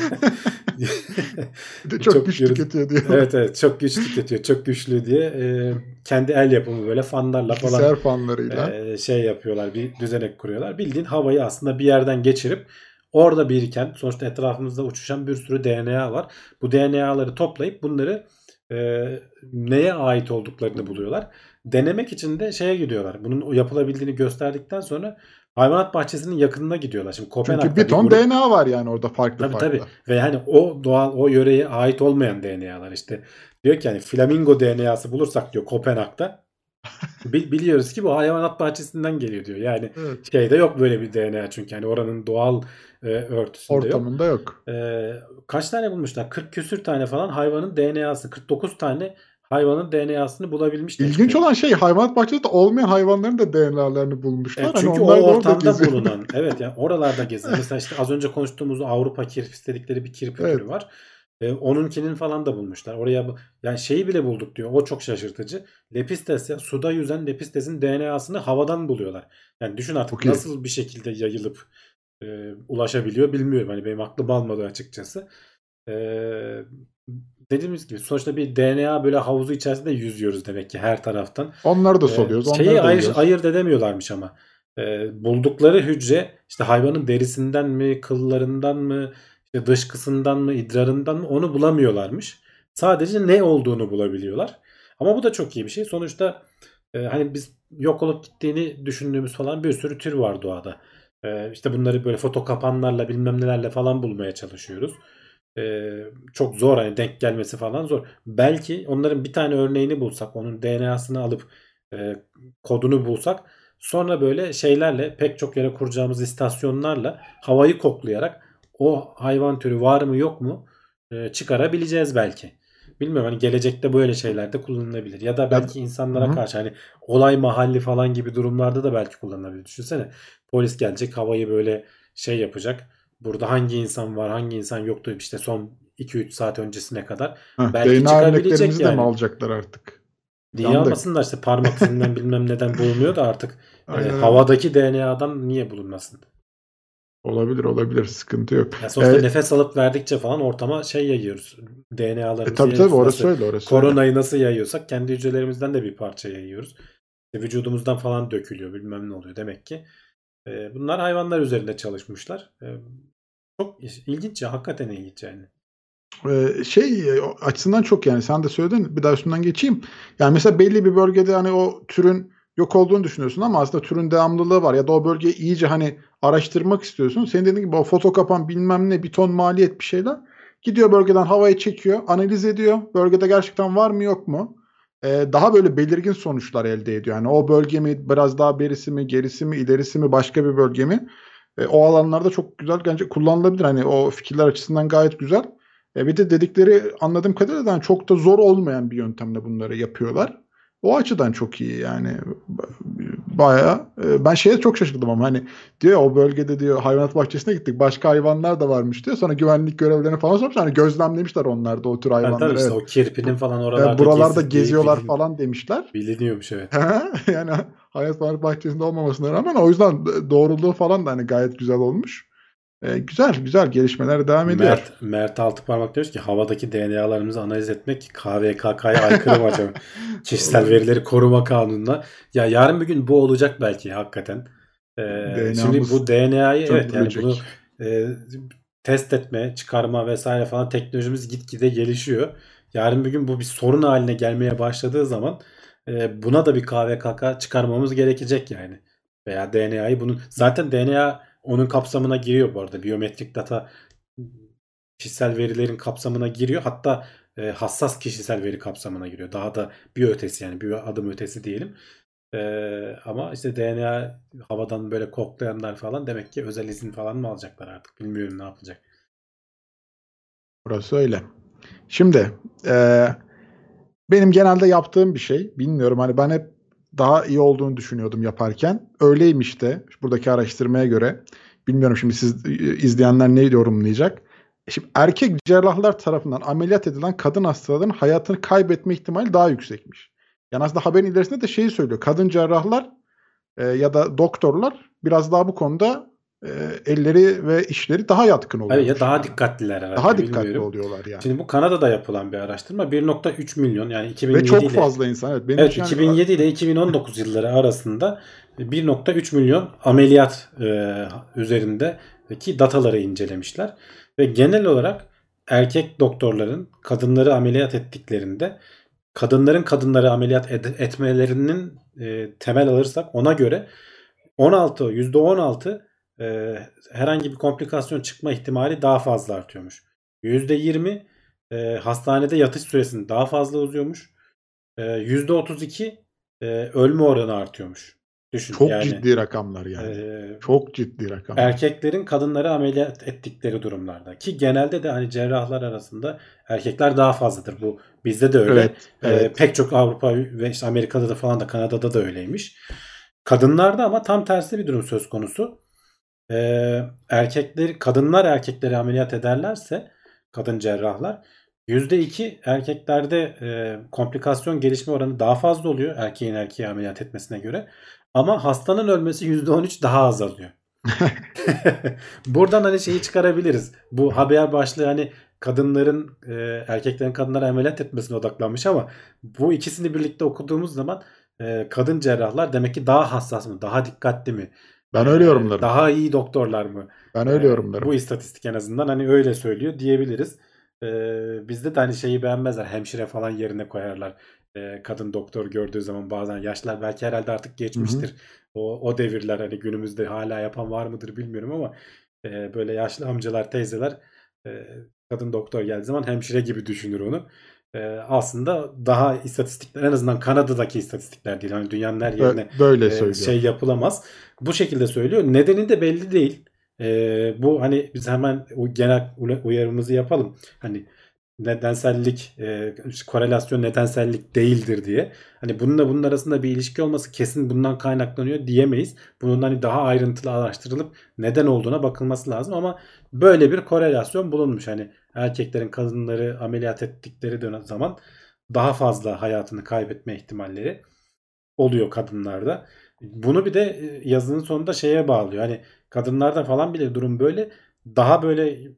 Speaker 3: Bir de çok,
Speaker 2: çok
Speaker 3: güç
Speaker 2: gürül-
Speaker 3: tüketiyor diyor.
Speaker 2: Evet evet çok güç tüketiyor. Çok güçlü diye e, kendi el yapımı böyle fanlarla falan
Speaker 3: Bilgisayar fanlarıyla.
Speaker 2: e, şey yapıyorlar. Bir düzenek kuruyorlar. Bildiğin havayı aslında bir yerden geçirip orada biriken sonuçta etrafımızda uçuşan bir sürü D N A var. Bu D N A'ları toplayıp bunları e, neye ait olduklarını buluyorlar. Denemek için de şeye gidiyorlar. Bunun yapılabildiğini gösterdikten sonra hayvanat bahçesinin yakınına gidiyorlar. Şimdi
Speaker 3: Çünkü
Speaker 2: Kopenhag'da
Speaker 3: bir
Speaker 2: bir
Speaker 3: ton
Speaker 2: grup.
Speaker 3: D N A var yani orada farklı
Speaker 2: Tabii
Speaker 3: farklı.
Speaker 2: tabii. Ve hani o doğal o yöreye ait olmayan D N A'lar işte. Diyor ki hani flamingo D N A'sı bulursak diyor Kopenhag'da bil- biliyoruz ki bu hayvanat bahçesinden geliyor diyor. Yani
Speaker 3: Evet.
Speaker 2: şeyde yok böyle bir D N A çünkü hani oranın doğal e, örtüsünde yok.
Speaker 3: Ortamında yok.
Speaker 2: E, kaç tane bulmuşlar? kırk küsür tane falan hayvanın D N A'sı. kırk dokuz tane hayvanın D N A'sını bulabilmişler
Speaker 3: İlginç
Speaker 2: işte.
Speaker 3: olan şey hayvanat bahçesinde olmayan hayvanların da D N A'larını bulmuşlar.
Speaker 2: E,
Speaker 3: Hani
Speaker 2: çünkü o
Speaker 3: onlar da orada
Speaker 2: ortamda
Speaker 3: geziyor.
Speaker 2: bulunan evet yani oralarda gezen mesela işte az önce konuştuğumuz Avrupa kirpisi dedikleri bir kirpi
Speaker 3: Evet.
Speaker 2: türü var. E, onunkinin falan da bulmuşlar. Oraya bu- yani şeyi bile bulduk diyor. O çok şaşırtıcı. Lepistes ya suda yüzen Lepistes'in D N A'sını havadan buluyorlar. Yani düşün artık
Speaker 3: Çok iyi.
Speaker 2: nasıl bir şekilde yayılıp e, ulaşabiliyor bilmiyorum. Hani benim aklım almadı açıkçası. E, dediğimiz gibi sonuçta bir D N A böyle havuzu içerisinde yüzüyoruz demek ki her taraftan.
Speaker 3: Onları da
Speaker 2: Ee,
Speaker 3: soluyoruz. Onları
Speaker 2: şeyi
Speaker 3: da
Speaker 2: ayır,
Speaker 3: yiyoruz.
Speaker 2: ayırt edemiyorlarmış ama. Ee, buldukları hücre işte hayvanın derisinden mi, kıllarından mı, işte dışkısından mı, idrarından mı onu bulamıyorlarmış. Sadece ne olduğunu bulabiliyorlar. Ama bu da çok iyi bir şey. Sonuçta e, hani biz yok olup gittiğini düşündüğümüz falan bir sürü tür var doğada. Ee, işte bunları böyle foto kapanlarla bilmem nelerle falan bulmaya çalışıyoruz. Ee, çok zor hani denk gelmesi falan zor. Belki onların bir tane örneğini bulsak, onun D N A'sını alıp e, kodunu bulsak, sonra böyle şeylerle pek çok yere kuracağımız istasyonlarla havayı koklayarak o hayvan türü var mı yok mu e, çıkarabileceğiz belki. Bilmiyorum hani gelecekte böyle şeyler de kullanılabilir. Ya da
Speaker 3: Ya,
Speaker 2: belki insanlara
Speaker 3: hı-hı.
Speaker 2: karşı hani olay mahalli falan gibi durumlarda da belki kullanılabilir. Düşünsene polis gelecek havayı böyle şey yapacak. Burada hangi insan var hangi insan yoktu işte son iki üç saat öncesine kadar.
Speaker 3: Heh,
Speaker 2: Belki
Speaker 3: D N A
Speaker 2: çıkabilecek
Speaker 3: örneklerimizi de mi
Speaker 2: yani.
Speaker 3: alacaklar artık?
Speaker 2: Niye
Speaker 3: Yandık.
Speaker 2: almasınlar işte parmak izinden bilmem neden bulunmuyor da artık e,
Speaker 3: Aynen öyle.
Speaker 2: havadaki D N A'dan niye bulunmasın?
Speaker 3: Olabilir olabilir. Sıkıntı yok.
Speaker 2: Ya sonuçta
Speaker 3: E,
Speaker 2: nefes alıp verdikçe falan ortama şey yayıyoruz.
Speaker 3: e,
Speaker 2: D N A'larımızı
Speaker 3: tabii tabii
Speaker 2: yayıyoruz.
Speaker 3: orası
Speaker 2: Nasıl
Speaker 3: öyle orası öyle.
Speaker 2: koronayı nasıl yayıyorsak kendi hücrelerimizden de bir parça yayıyoruz. İşte vücudumuzdan falan dökülüyor bilmem ne oluyor. Demek ki e, bunlar hayvanlar üzerinde çalışmışlar. E, çok ilginç ya hakikaten ilginç yani.
Speaker 3: Ee, şey e, açısından çok yani sen de söyledin bir daha üstünden geçeyim. Yani mesela belli bir bölgede hani o türün yok olduğunu düşünüyorsun ama aslında türün devamlılığı var ya da o bölgeyi iyice hani araştırmak istiyorsun. Senin dediğin gibi o foto kapan bilmem ne bir ton maliyet bir şeyler. Gidiyor bölgeden havayı çekiyor, analiz ediyor. Bölgede gerçekten var mı yok mu? Ee, daha böyle belirgin sonuçlar elde ediyor. Yani o bölge mi biraz daha berisi mi, gerisi mi, ilerisi mi başka bir bölge mi? E, o alanlarda çok güzel bence kullanılabilir. Hani o fikirler açısından gayet güzel. E, bir de dedikleri anladığım kadarıyla yani çok da zor olmayan bir yöntemle bunları yapıyorlar. O açıdan çok iyi yani. Bayağı e, ben şeye çok şaşırdım ama hani diyor ya, o bölgede diyor hayvanat bahçesine gittik. Başka hayvanlar da varmış diyor. Sonra güvenlik görevlilerini falan sormuş. Hani gözlemlemişler onlar da o tür
Speaker 2: Tabii tabii
Speaker 3: hayvanları.
Speaker 2: işte
Speaker 3: Evet.
Speaker 2: o kirpinin falan
Speaker 3: E,
Speaker 2: oralarda
Speaker 3: buralarda
Speaker 2: gezdiği
Speaker 3: geziyorlar
Speaker 2: bilin,
Speaker 3: falan demişler.
Speaker 2: biliniyormuş evet.
Speaker 3: Yani hayvanat bahçesinde olmamasına rağmen o yüzden doğruluğu falan da hani gayet güzel olmuş. E, güzel güzel gelişmeler devam ediyor.
Speaker 2: Mert, Mert Altıparmak diyor ki havadaki D N A'larımızı analiz etmek K V K K'ya aykırı mı acaba? Kişisel
Speaker 3: Olabilir.
Speaker 2: verileri koruma kanununa. Ya yarın bir gün bu olacak belki hakikaten. Ee, şimdi
Speaker 3: D N A'mız
Speaker 2: bu D N A'yı evet yani bunu
Speaker 3: sömürülecek.
Speaker 2: e, test etme, çıkarma vesaire falan teknolojimiz gitgide gelişiyor. Yarın bir gün bu bir sorun haline gelmeye başladığı zaman e, buna da bir K V K K çıkarmamız gerekecek yani. Veya D N A'yı bunun zaten D N A onun kapsamına giriyor bu arada. Biyometrik data kişisel verilerin kapsamına giriyor. Hatta e, hassas kişisel veri kapsamına giriyor. Daha da bir ötesi yani bir adım ötesi diyelim. E, ama işte D N A havadan böyle koklayanlar falan demek ki özel izin falan mı alacaklar artık? Bilmiyorum ne yapacak.
Speaker 3: Burası öyle. Şimdi e, benim genelde yaptığım bir şey. Bilmiyorum hani ben hep daha iyi olduğunu düşünüyordum yaparken. Öyleymiş de buradaki araştırmaya göre. Bilmiyorum şimdi siz e, izleyenler neyi yorumlayacak. Şimdi erkek cerrahlar tarafından ameliyat edilen kadın hastaların hayatını kaybetme ihtimali daha yüksekmiş. Yani aslında haberin ilerisinde de şeyi söylüyor. Kadın cerrahlar e, ya da doktorlar biraz daha bu konuda e, elleri ve işleri daha yatkın
Speaker 2: Hayır ya
Speaker 3: oluyormuş
Speaker 2: daha
Speaker 3: yani.
Speaker 2: dikkatliler
Speaker 3: Daha
Speaker 2: herhalde
Speaker 3: dikkatli
Speaker 2: bilmiyorum.
Speaker 3: oluyorlar yani.
Speaker 2: Şimdi bu Kanada'da yapılan bir araştırma bir nokta üç milyon yani
Speaker 3: Ve
Speaker 2: iki bin yedi
Speaker 3: çok
Speaker 2: ile
Speaker 3: fazla insan. Evet benim
Speaker 2: evet
Speaker 3: için yani
Speaker 2: iki bin yedi ile iki bin on dokuz yılları arasında bir nokta üç milyon ameliyat e, üzerindeki dataları incelemişler ve genel olarak erkek doktorların kadınları ameliyat ettiklerinde kadınların kadınları ameliyat ed- etmelerinin e, temel alırsak ona göre on altı yüzde on altı e, herhangi bir komplikasyon çıkma ihtimali daha fazla artıyormuş. yüzde yirmi e, hastanede yatış süresinin daha fazla uzuyormuş. E, yüzde otuz iki e, ölme oranı artıyormuş. Düşün
Speaker 3: çok
Speaker 2: yani
Speaker 3: ciddi rakamlar
Speaker 2: e,
Speaker 3: yani. Çok ciddi rakamlar.
Speaker 2: erkeklerin kadınları ameliyat ettikleri durumlarda ki genelde de hani cerrahlar arasında erkekler daha fazladır. Bu bizde de öyle.
Speaker 3: Evet,
Speaker 2: E,
Speaker 3: evet.
Speaker 2: pek çok Avrupa ve işte Amerika'da da falan da Kanada'da da öyleymiş. Kadınlarda ama tam tersi bir durum söz konusu. Ee, erkekleri, kadınlar erkekleri ameliyat ederlerse kadın cerrahlar yüzde iki erkeklerde e, komplikasyon gelişme oranı daha fazla oluyor erkeğin erkeği ameliyat etmesine göre. Ama hastanın ölmesi yüzde on üç daha az alıyor. Buradan hani şeyi çıkarabiliriz. Bu haber başlığı hani kadınların e, erkeklerin kadınlara ameliyat etmesine odaklanmış ama bu ikisini birlikte okuduğumuz zaman e, kadın cerrahlar demek ki daha hassas mı, daha dikkatli mi, e,
Speaker 3: Ben öyle yorumlarım.
Speaker 2: daha iyi doktorlar mı?
Speaker 3: Ben öyle
Speaker 2: E, bu
Speaker 3: yorumlarım.
Speaker 2: istatistik en azından hani öyle söylüyor diyebiliriz. E, bizde de hani şeyi beğenmezler. Hemşire falan yerine koyarlar. E, kadın doktor gördüğü zaman bazen yaşlar belki herhalde artık
Speaker 3: Hı hı.
Speaker 2: geçmiştir. O, o devirler hani günümüzde hala yapan var mıdır bilmiyorum ama e, böyle yaşlı amcalar, teyzeler e, kadın doktor geldiği zaman hemşire gibi düşünür onu. E, aslında daha istatistikler en azından Kanada'daki istatistikler değil. Hani dünyanın her
Speaker 3: Bö-
Speaker 2: yerine
Speaker 3: Böyle
Speaker 2: e,
Speaker 3: söylüyor.
Speaker 2: şey yapılamaz. Bu şekilde söylüyor. Nedeni de belli değil. E, bu hani biz hemen o genel uyarımızı yapalım. Hani nedensellik, e, korelasyon nedensellik değildir diye. Hani bununla bunun arasında bir ilişki olması kesin bundan kaynaklanıyor diyemeyiz. Bunun hani daha ayrıntılı araştırılıp neden olduğuna bakılması lazım ama böyle bir korelasyon bulunmuş. Hani erkeklerin kadınları ameliyat ettikleri dönem zaman daha fazla hayatını kaybetme ihtimalleri oluyor kadınlarda. Bunu bir de e, yazının sonunda şeye bağlıyor. Hani kadınlarda falan bile durum böyle. Daha böyle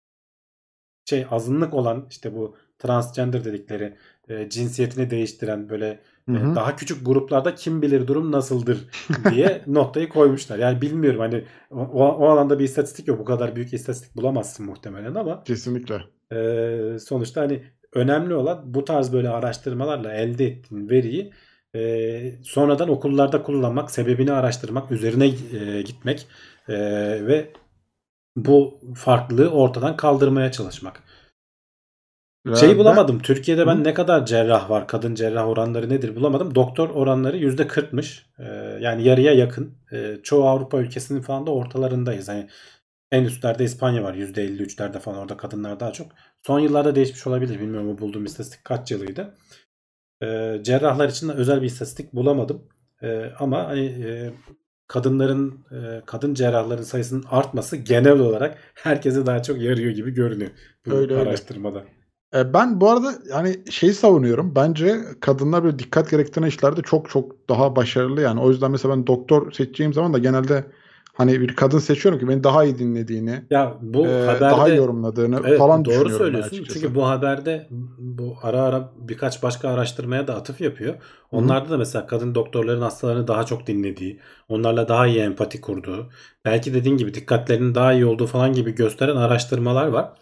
Speaker 2: şey azınlık olan işte bu transgender dedikleri e, cinsiyetini değiştiren böyle
Speaker 3: Hı
Speaker 2: e,
Speaker 3: hı.
Speaker 2: daha küçük gruplarda kim bilir durum nasıldır diye noktayı koymuşlar. Yani bilmiyorum hani o, o alanda bir istatistik yok. Bu kadar büyük istatistik bulamazsın muhtemelen ama
Speaker 3: Kesinlikle.
Speaker 2: e, sonuçta hani önemli olan bu tarz böyle araştırmalarla elde ettiğin veriyi e, sonradan okullarda kullanmak, sebebini araştırmak, üzerine e, gitmek e, ve bu farklılığı ortadan kaldırmaya çalışmak. Şeyi
Speaker 3: Ya ben
Speaker 2: bulamadım. Türkiye'de ben
Speaker 3: Hı.
Speaker 2: ne kadar cerrah var, kadın cerrah oranları nedir bulamadım. Doktor oranları yüzde kırkmış. Ee, yani yarıya yakın. Ee, çoğu Avrupa ülkesinin falan da ortalarındayız. Hani en üstlerde İspanya var. yüzde elli üçlerde falan, orada kadınlar daha çok. Son yıllarda değişmiş olabilir. Bilmiyorum, o bulduğum istatistik kaç yılıydı. Ee, cerrahlar için de özel bir istatistik bulamadım. Ee, ama hani e, kadınların, e, kadın cerrahların sayısının artması genel olarak herkese daha çok yarıyor gibi görünüyor bu
Speaker 3: öyle öyle.
Speaker 2: araştırmada.
Speaker 3: E, ben bu arada hani şeyi savunuyorum. Bence kadınlar böyle dikkat gerektiren işlerde çok çok daha başarılı yani. O yüzden mesela ben doktor seçeceğim zaman da genelde hani bir kadın seçiyorum ki beni daha iyi dinlediğini,
Speaker 2: Ya
Speaker 3: e,
Speaker 2: bu
Speaker 3: daha iyi
Speaker 2: haberde,
Speaker 3: yorumladığını
Speaker 2: evet,
Speaker 3: falan
Speaker 2: doğru
Speaker 3: düşünüyorum ben
Speaker 2: söylüyorsun.
Speaker 3: açıkçası.
Speaker 2: Çünkü bu haberde bu ara ara birkaç başka araştırmaya da atıf yapıyor.
Speaker 3: Hı hı.
Speaker 2: Onlarda da mesela kadın doktorların hastalarını daha çok dinlediği, onlarla daha iyi empati kurduğu, belki dediğin gibi dikkatlerinin daha iyi olduğu falan gibi gösteren araştırmalar var.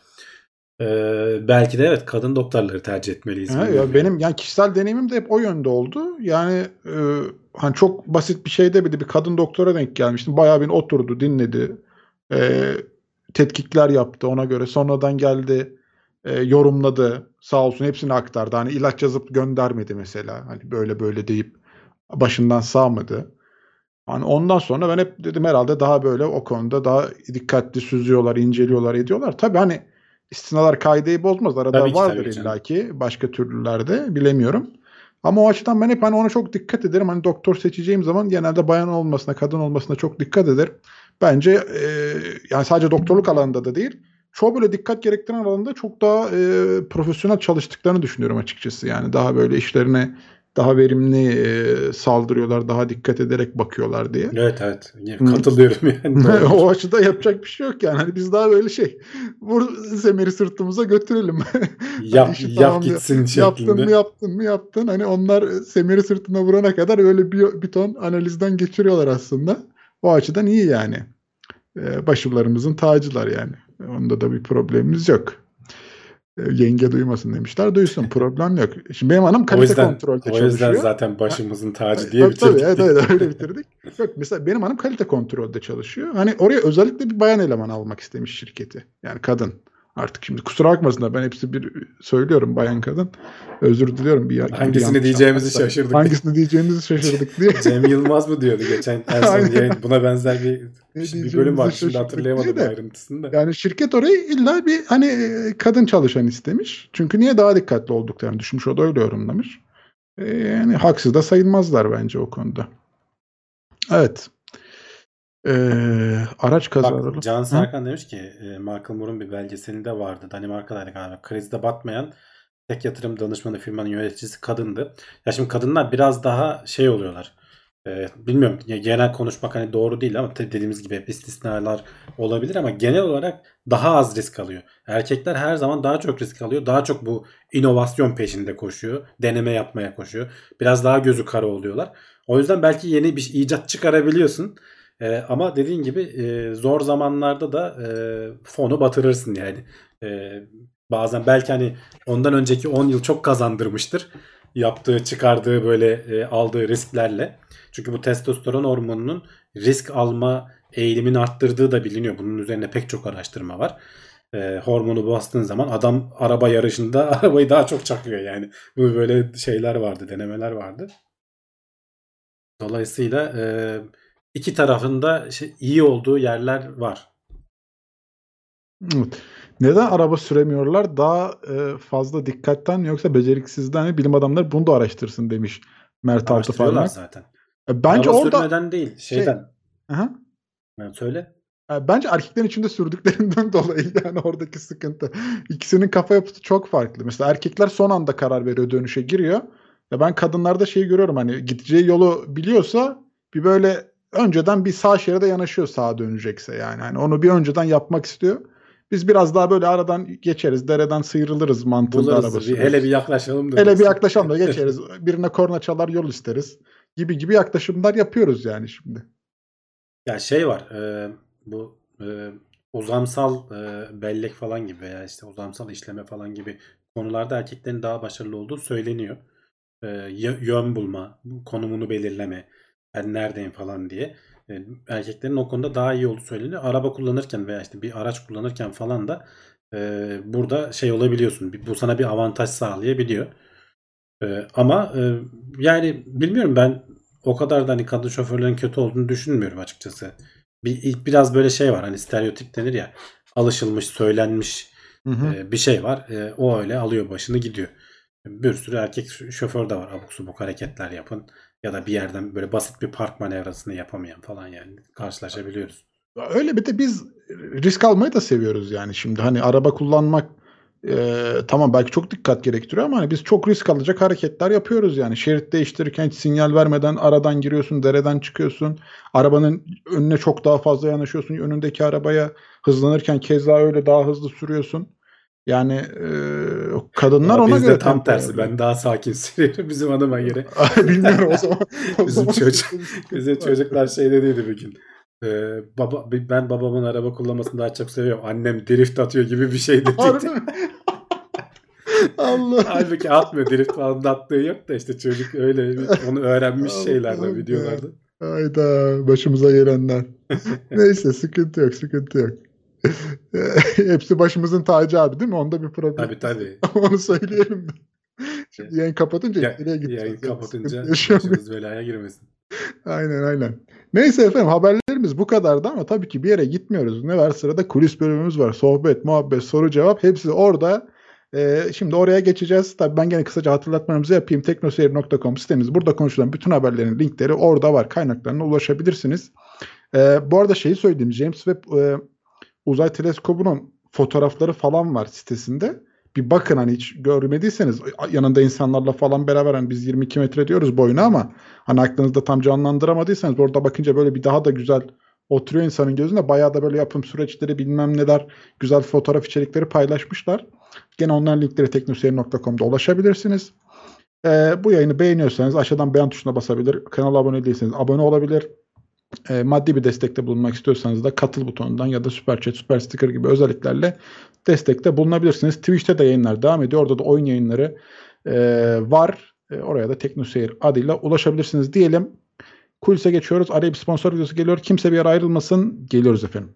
Speaker 2: Ee, belki de evet, kadın doktorları tercih etmeliyiz,
Speaker 3: Ha,
Speaker 2: bilmiyorum
Speaker 3: ya
Speaker 2: yani.
Speaker 3: benim yani kişisel deneyimim de hep o yönde oldu. Yani e, hani çok basit bir şeyde bir de bir kadın doktora denk gelmiştim. Bayağı bir oturdu, dinledi. E, tetkikler yaptı ona göre. Sonradan geldi, e, yorumladı. Sağ olsun hepsini aktardı. Hani ilaç yazıp göndermedi mesela. Hani böyle böyle deyip başından sağmadı. Hani ondan sonra ben hep dedim herhalde daha böyle o konuda daha dikkatli süzüyorlar, inceliyorlar, ediyorlar. Tabii hani istisnalar kaideyi bozmaz. Arada
Speaker 2: Tabii ki,
Speaker 3: vardır
Speaker 2: tabii ki canım.
Speaker 3: illaki başka türlülerde bilemiyorum. Ama o açıdan ben hep hani ona çok dikkat ederim. Hani doktor seçeceğim zaman genelde bayan olmasına, kadın olmasına çok dikkat ederim. Bence e, yani sadece doktorluk alanında da değil, çoğu böyle dikkat gerektiren alanda çok daha e, profesyonel çalıştıklarını düşünüyorum açıkçası. Yani daha böyle işlerine daha verimli e, saldırıyorlar, daha dikkat ederek bakıyorlar diye.
Speaker 2: Evet, evet,
Speaker 3: Hı.
Speaker 2: katılıyorum yani, doğrudur.
Speaker 3: O açıda yapacak bir şey yok yani. Hani biz daha böyle şey, vur zemeri sırtımıza götürelim. Hani
Speaker 2: Yap
Speaker 3: işi
Speaker 2: yap
Speaker 3: tamamlıyor.
Speaker 2: gitsin
Speaker 3: Yaptın mı
Speaker 2: şeklinde.
Speaker 3: yaptın mı yaptın. Hani onlar semeri sırtına vurana kadar öyle bir, bir ton analizden geçiriyorlar aslında. O açıdan iyi yani. Ee, başarılarımızın tacılar yani. Onda da bir problemimiz yok. Ee, yenge duymasın demişler. Duysun. Problem yok. Şimdi benim hanım
Speaker 2: O
Speaker 3: kalite
Speaker 2: yüzden
Speaker 3: kontrolde
Speaker 2: o yüzden
Speaker 3: çalışıyor.
Speaker 2: zaten
Speaker 3: Ha,
Speaker 2: başımızın tacı
Speaker 3: Ay,
Speaker 2: diye
Speaker 3: tabii tabii
Speaker 2: bitirdik
Speaker 3: evet,
Speaker 2: diye.
Speaker 3: evet öyle bitirdik. Yok mesela benim hanım kalite kontrolde çalışıyor. Hani oraya özellikle bir bayan eleman almak istemiş şirketi. Yani kadın. Artık şimdi kusura bakmasınlar ben hepsi bir söylüyorum bayan kadın. Özür diliyorum bir biri
Speaker 2: Hangisini
Speaker 3: yanlış
Speaker 2: diyeceğimizi
Speaker 3: anlarsa.
Speaker 2: şaşırdık diye.
Speaker 3: Hangisini diyeceğimizi şaşırdık diye.
Speaker 2: Cem Yılmaz mı diyordu geçen, en son
Speaker 3: Aynen.
Speaker 2: yayın, buna benzer bir
Speaker 3: Ne
Speaker 2: bir bölüm
Speaker 3: diyeceğimizi
Speaker 2: vardı. Şimdi
Speaker 3: şaşırdık diye
Speaker 2: hatırlayamadım
Speaker 3: de.
Speaker 2: ayrıntısını da.
Speaker 3: Yani şirket orayı illa bir hani e, kadın çalışan istemiş. Çünkü niye daha dikkatli olduklarını düşünmüş. O da öyle yorumlamış. E, yani haksız da sayılmazlar bence o konuda. Evet. Ee, araç
Speaker 2: Bak,
Speaker 3: kazaları.
Speaker 2: Can
Speaker 3: Hı?
Speaker 2: Serkan demiş ki e, Michael Moore'un bir belgeselinde vardı. Danimarka'daydı galiba. Krizde batmayan tek yatırım danışmanı firmanın yöneticisi kadındı. Ya şimdi kadınlar biraz daha şey oluyorlar. E, bilmiyorum, ya genel konuşmak hani doğru değil ama tabii dediğimiz gibi hep istisnalar olabilir ama genel olarak daha az risk alıyor. Erkekler her zaman daha çok risk alıyor. Daha çok bu inovasyon peşinde koşuyor. Deneme yapmaya koşuyor. Biraz daha gözü kara oluyorlar. O yüzden belki yeni bir icat çıkarabiliyorsun. E, ama dediğin gibi e, zor zamanlarda da e, fonu batırırsın yani. E, bazen belki hani ondan önceki on yıl çok kazandırmıştır. Yaptığı, çıkardığı, böyle e, aldığı risklerle. Çünkü bu testosteron hormonunun risk alma eğilimini arttırdığı da biliniyor. Bunun üzerine pek çok araştırma var. E, hormonu bastığın zaman adam araba yarışında arabayı daha çok çakıyor yani. Bu böyle şeyler vardı, denemeler vardı. Dolayısıyla e, iki tarafında şey, iyi olduğu yerler var.
Speaker 3: Evet. Neden araba süremiyorlar? Daha e, fazla dikkatten mi yoksa beceriksizlikten mi? Bilim adamları bunu da araştırsın demiş Mert
Speaker 2: Araştırıyorlar
Speaker 3: Altıparmak.
Speaker 2: zaten.
Speaker 3: E, bence
Speaker 2: Araba
Speaker 3: orada
Speaker 2: sürmeden değil,
Speaker 3: şey,
Speaker 2: şeyden.
Speaker 3: aha,
Speaker 2: Yani söyle.
Speaker 3: e, bence erkeklerin içinde sürdüklerinden dolayı yani oradaki sıkıntı. İkisinin kafa yapısı çok farklı. Mesela erkekler son anda karar veriyor, dönüşe giriyor. Ya ben kadınlarda şeyi görüyorum hani gideceği yolu biliyorsa bir böyle önceden bir sağ şeride yanaşıyor sağa dönecekse yani. Hani onu bir önceden yapmak istiyor. Biz biraz daha böyle aradan geçeriz, dereden sıyrılırız mantığında araba
Speaker 2: Buluruz. Bir, hele bir
Speaker 3: sürüyoruz.
Speaker 2: yaklaşalım da
Speaker 3: Hele bir
Speaker 2: diyorsun.
Speaker 3: yaklaşalım da geçeriz. Birine korna çalar yol isteriz. Gibi gibi yaklaşımlar yapıyoruz yani şimdi.
Speaker 2: Ya şey var. E, bu e, uzamsal e, bellek falan gibi veya işte uzamsal işleme falan gibi konularda erkeklerin daha başarılı olduğu söyleniyor. E, y- yön bulma, konumunu belirleme, ben neredeyim falan diye. E, erkeklerin o konuda daha iyi olduğu söyleniyor. Araba kullanırken veya işte bir araç kullanırken falan da e, burada şey olabiliyorsun. Bir- Bu sana bir avantaj sağlayabiliyor. E, ama e, yani bilmiyorum, ben o kadar da hani kadın şoförlerin kötü olduğunu düşünmüyorum açıkçası. Bir ilk biraz böyle şey var, hani stereotip denir ya, alışılmış, söylenmiş
Speaker 3: Hı hı.
Speaker 2: e, bir şey var. E, o öyle alıyor başını gidiyor. Bir sürü erkek ş- şoför de var, abuk subuk hareketler yapan ya da bir yerden böyle basit bir park manevrasını yapamayan falan, yani karşılaşabiliyoruz.
Speaker 3: Öyle, bir de biz risk almayı da seviyoruz yani. Şimdi hani araba kullanmak e, tamam belki çok dikkat gerektiriyor ama hani biz çok risk alacak hareketler yapıyoruz yani. Şerit değiştirirken hiç sinyal vermeden aradan giriyorsun, dereden çıkıyorsun. Arabanın önüne çok daha fazla yanaşıyorsun. Önündeki arabaya hızlanırken keza öyle daha hızlı sürüyorsun. Yani e, kadınlar
Speaker 2: Valla
Speaker 3: ona
Speaker 2: bizde
Speaker 3: göre
Speaker 2: tam
Speaker 3: tempo
Speaker 2: tersi.
Speaker 3: ayarlıyor.
Speaker 2: Ben daha sakin sürüyorum bizim hanıma göre.
Speaker 3: Bilmiyorum o zaman. O
Speaker 2: Bizim
Speaker 3: zaman
Speaker 2: çocuk,
Speaker 3: sizde bir sıkıntı
Speaker 2: bizim
Speaker 3: var.
Speaker 2: çocuklar şey dediydi bir gün. Ee, baba, ben babamın araba kullanmasını daha çok seviyorum. Annem drift atıyor gibi bir şey
Speaker 3: Harbi
Speaker 2: dediydi.
Speaker 3: mi? Allah.
Speaker 2: Halbuki atmıyor. Drift falan da attığı yok da işte çocuk öyle bir, onu öğrenmiş şeylerde,
Speaker 3: Allah'ım ya.
Speaker 2: videolarda.
Speaker 3: Hayda, başımıza gelenler. Neyse, sıkıntı yok, sıkıntı yok. Hepsi başımızın tacı abi, değil mi? Onda bir
Speaker 2: Tabii
Speaker 3: problemimiz yok.
Speaker 2: tabii.
Speaker 3: Onu söyleyelim de. Şimdi yayın kapatınca
Speaker 2: Ya,
Speaker 3: içeriye
Speaker 2: yayın
Speaker 3: gideceğiz. Yani sıkıntı
Speaker 2: kapatınca
Speaker 3: yaşamayız.
Speaker 2: başınız belaya girmesin.
Speaker 3: Aynen aynen. Neyse efendim, haberlerimiz bu kadardı ama tabii ki bir yere gitmiyoruz. Ne var sırada? Kulis bölümümüz var. Sohbet, muhabbet, soru cevap hepsi orada. Ee, şimdi oraya geçeceğiz. Tabii ben gene kısaca hatırlatmamızı yapayım. teknoseyir nokta com sitemiz. Burada konuşulan bütün haberlerin linkleri orada var. Kaynaklarına ulaşabilirsiniz. Ee, bu arada şeyi söyleyeyim. James Webb e, Uzay Teleskobu'nun fotoğrafları falan var sitesinde. Bir bakın, hani hiç görmediyseniz yanında insanlarla falan beraber, hani biz yirmi iki metre diyoruz boyuna ama hani aklınızda tam canlandıramadıysanız orada bakınca böyle bir daha da güzel oturuyor insanın gözüne. Bayağı da böyle yapım süreçleri bilmem neler, güzel fotoğraf içerikleri paylaşmışlar. Gene onların linkleri teknoseyir nokta com'da ulaşabilirsiniz. Ee, bu yayını beğeniyorsanız aşağıdan beğen tuşuna basabilir. Kanala abone değilseniz abone olabilir. E, maddi bir destekte bulunmak istiyorsanız da katıl butonundan ya da süper chat, süper sticker gibi özelliklerle destekte bulunabilirsiniz. Twitch'te de yayınlar devam ediyor. Orada da oyun yayınları e, var. E, oraya da Teknoseyir adıyla ulaşabilirsiniz diyelim. Kulise geçiyoruz. Araya bir sponsor videosu geliyor. Kimse bir yere ayrılmasın. Geliyoruz efendim.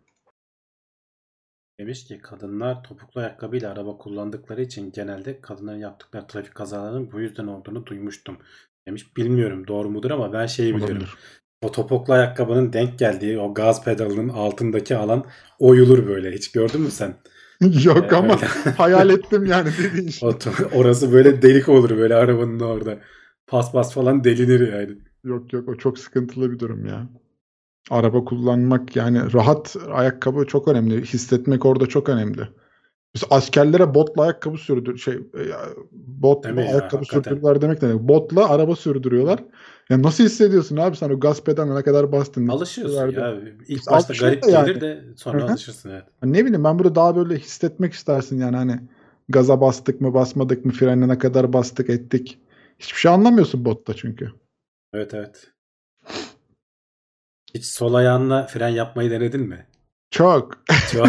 Speaker 2: Demiş ki kadınlar topuklu ayakkabıyla araba kullandıkları için genelde kadınların yaptıkları trafik kazalarının bu yüzden olduğunu duymuştum. Demiş, bilmiyorum doğru mudur ama ben şeyi biliyorum.
Speaker 3: Olabilir.
Speaker 2: O topuklu ayakkabının denk geldiği o gaz pedalının altındaki alan oyulur böyle. Hiç gördün mü sen?
Speaker 3: Yok
Speaker 2: Ee,
Speaker 3: ama
Speaker 2: öyle.
Speaker 3: hayal ettim yani dediğin şey.
Speaker 2: O to- Orası böyle delik olur böyle arabanın orada. Paspas falan delinir yani.
Speaker 3: Yok yok, o çok sıkıntılı bir durum ya. Araba kullanmak yani, rahat ayakkabı çok önemli. Hissetmek orada çok önemli. Biz askerlere botla ayakkabı sürdür şey e,
Speaker 2: Değil
Speaker 3: botla
Speaker 2: mi ya,
Speaker 3: ayakkabı
Speaker 2: hakikaten.
Speaker 3: sürdürüyorlar demek ne demek? Botla araba sürdürüyorlar. Ya nasıl hissediyorsun abi sen o gaz pedalına ne kadar bastın, ne tepki
Speaker 2: Alışıyorsun
Speaker 3: verdin?
Speaker 2: ya.
Speaker 3: Biz
Speaker 2: İlk başta
Speaker 3: alışıyoruz da
Speaker 2: garip
Speaker 3: yani.
Speaker 2: gelir de
Speaker 3: Hı
Speaker 2: sonra
Speaker 3: hı.
Speaker 2: alışırsın, evet.
Speaker 3: Hani ne bileyim, ben böyle daha böyle hissetmek istersin yani, hani gaza bastık mı basmadık mı, frene ne kadar bastık ettik. Hiçbir şey anlamıyorsun botta çünkü.
Speaker 2: Evet evet. Hiç sol ayağınla fren yapmayı denedin mi?
Speaker 3: Çok.
Speaker 2: Çok.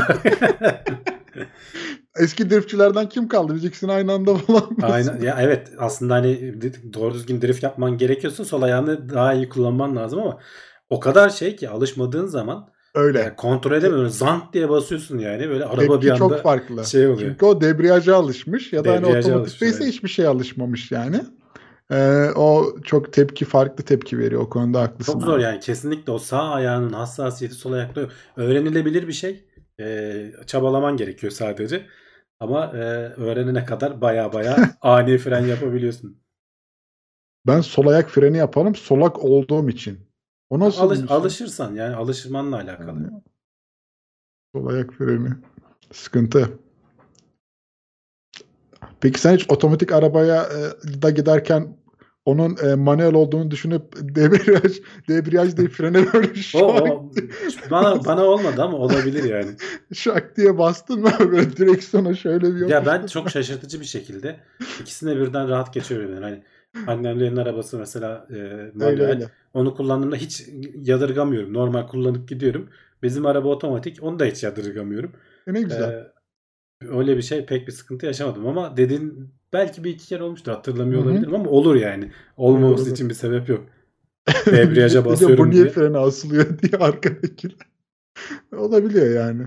Speaker 3: Eski driftçilerden kim kaldı? Biz ikisini aynı anda bulamıyoruz.
Speaker 2: Aynen ya, evet, aslında hani doğru düzgün drift yapman gerekiyorsa sol ayağını daha iyi kullanman lazım ama o kadar şey ki alışmadığın zaman yani
Speaker 3: Öyle.
Speaker 2: kontrol edemiyorsun. Zant diye basıyorsun yani, böyle araba bir
Speaker 3: Tepki çok
Speaker 2: anda
Speaker 3: farklı.
Speaker 2: şey oluyor.
Speaker 3: Çünkü o debriyaja alışmış ya da hani
Speaker 2: Debriyaja alışıyor
Speaker 3: otomatikteyse
Speaker 2: yani.
Speaker 3: hiçbir şeye alışmamış yani. Ee, o çok tepki farklı tepki veriyor. O konuda haklısın
Speaker 2: Çok zor
Speaker 3: abi.
Speaker 2: yani, kesinlikle o sağ ayağının hassasiyeti sol ayakta yok. Öğrenilebilir bir şey. Ee, çabalaman gerekiyor sadece. Ama e, öğrenene kadar baya baya ani fren yapabiliyorsun.
Speaker 3: Ben sol ayak freni yaparım solak olduğum için. O
Speaker 2: Alış,
Speaker 3: nasılmış ya?
Speaker 2: alışırsan yani, alışmanla alakalı.
Speaker 3: Yani sol ayak freni. Sıkıntı. Peki sen hiç otomatik arabaya e, da giderken onun e, manuel olduğunu düşünüp debriyaj debriyaj deyip frene böyle
Speaker 2: O,
Speaker 3: şak
Speaker 2: o bana bana olmadı ama olabilir yani.
Speaker 3: şak diye bastın mı böyle direksiyona şöyle bir
Speaker 2: Ya ben
Speaker 3: yapıştın
Speaker 2: çok
Speaker 3: mı?
Speaker 2: şaşırtıcı bir şekilde ikisine birden rahat geçebiliyorum. Hani annemlerin arabası mesela e,
Speaker 3: Öyle
Speaker 2: manuel.
Speaker 3: öyle.
Speaker 2: Onu kullandığımda hiç yadırgamıyorum. Normal kullanıp gidiyorum. Bizim araba otomatik. Onu da hiç yadırgamıyorum.
Speaker 3: E ne güzel.
Speaker 2: E, Öyle bir şey, pek bir sıkıntı yaşamadım ama dediğin belki bir iki kere olmuştur,
Speaker 3: Hı
Speaker 2: hatırlamıyor
Speaker 3: hı.
Speaker 2: olabilirim ama olur yani.
Speaker 3: Olur
Speaker 2: Olmaması
Speaker 3: olur.
Speaker 2: için bir sebep yok. Debriyaja
Speaker 3: Bu
Speaker 2: basıyorum
Speaker 3: niye
Speaker 2: diye.
Speaker 3: frene asılıyor diye arkadakiler. Olabiliyor yani.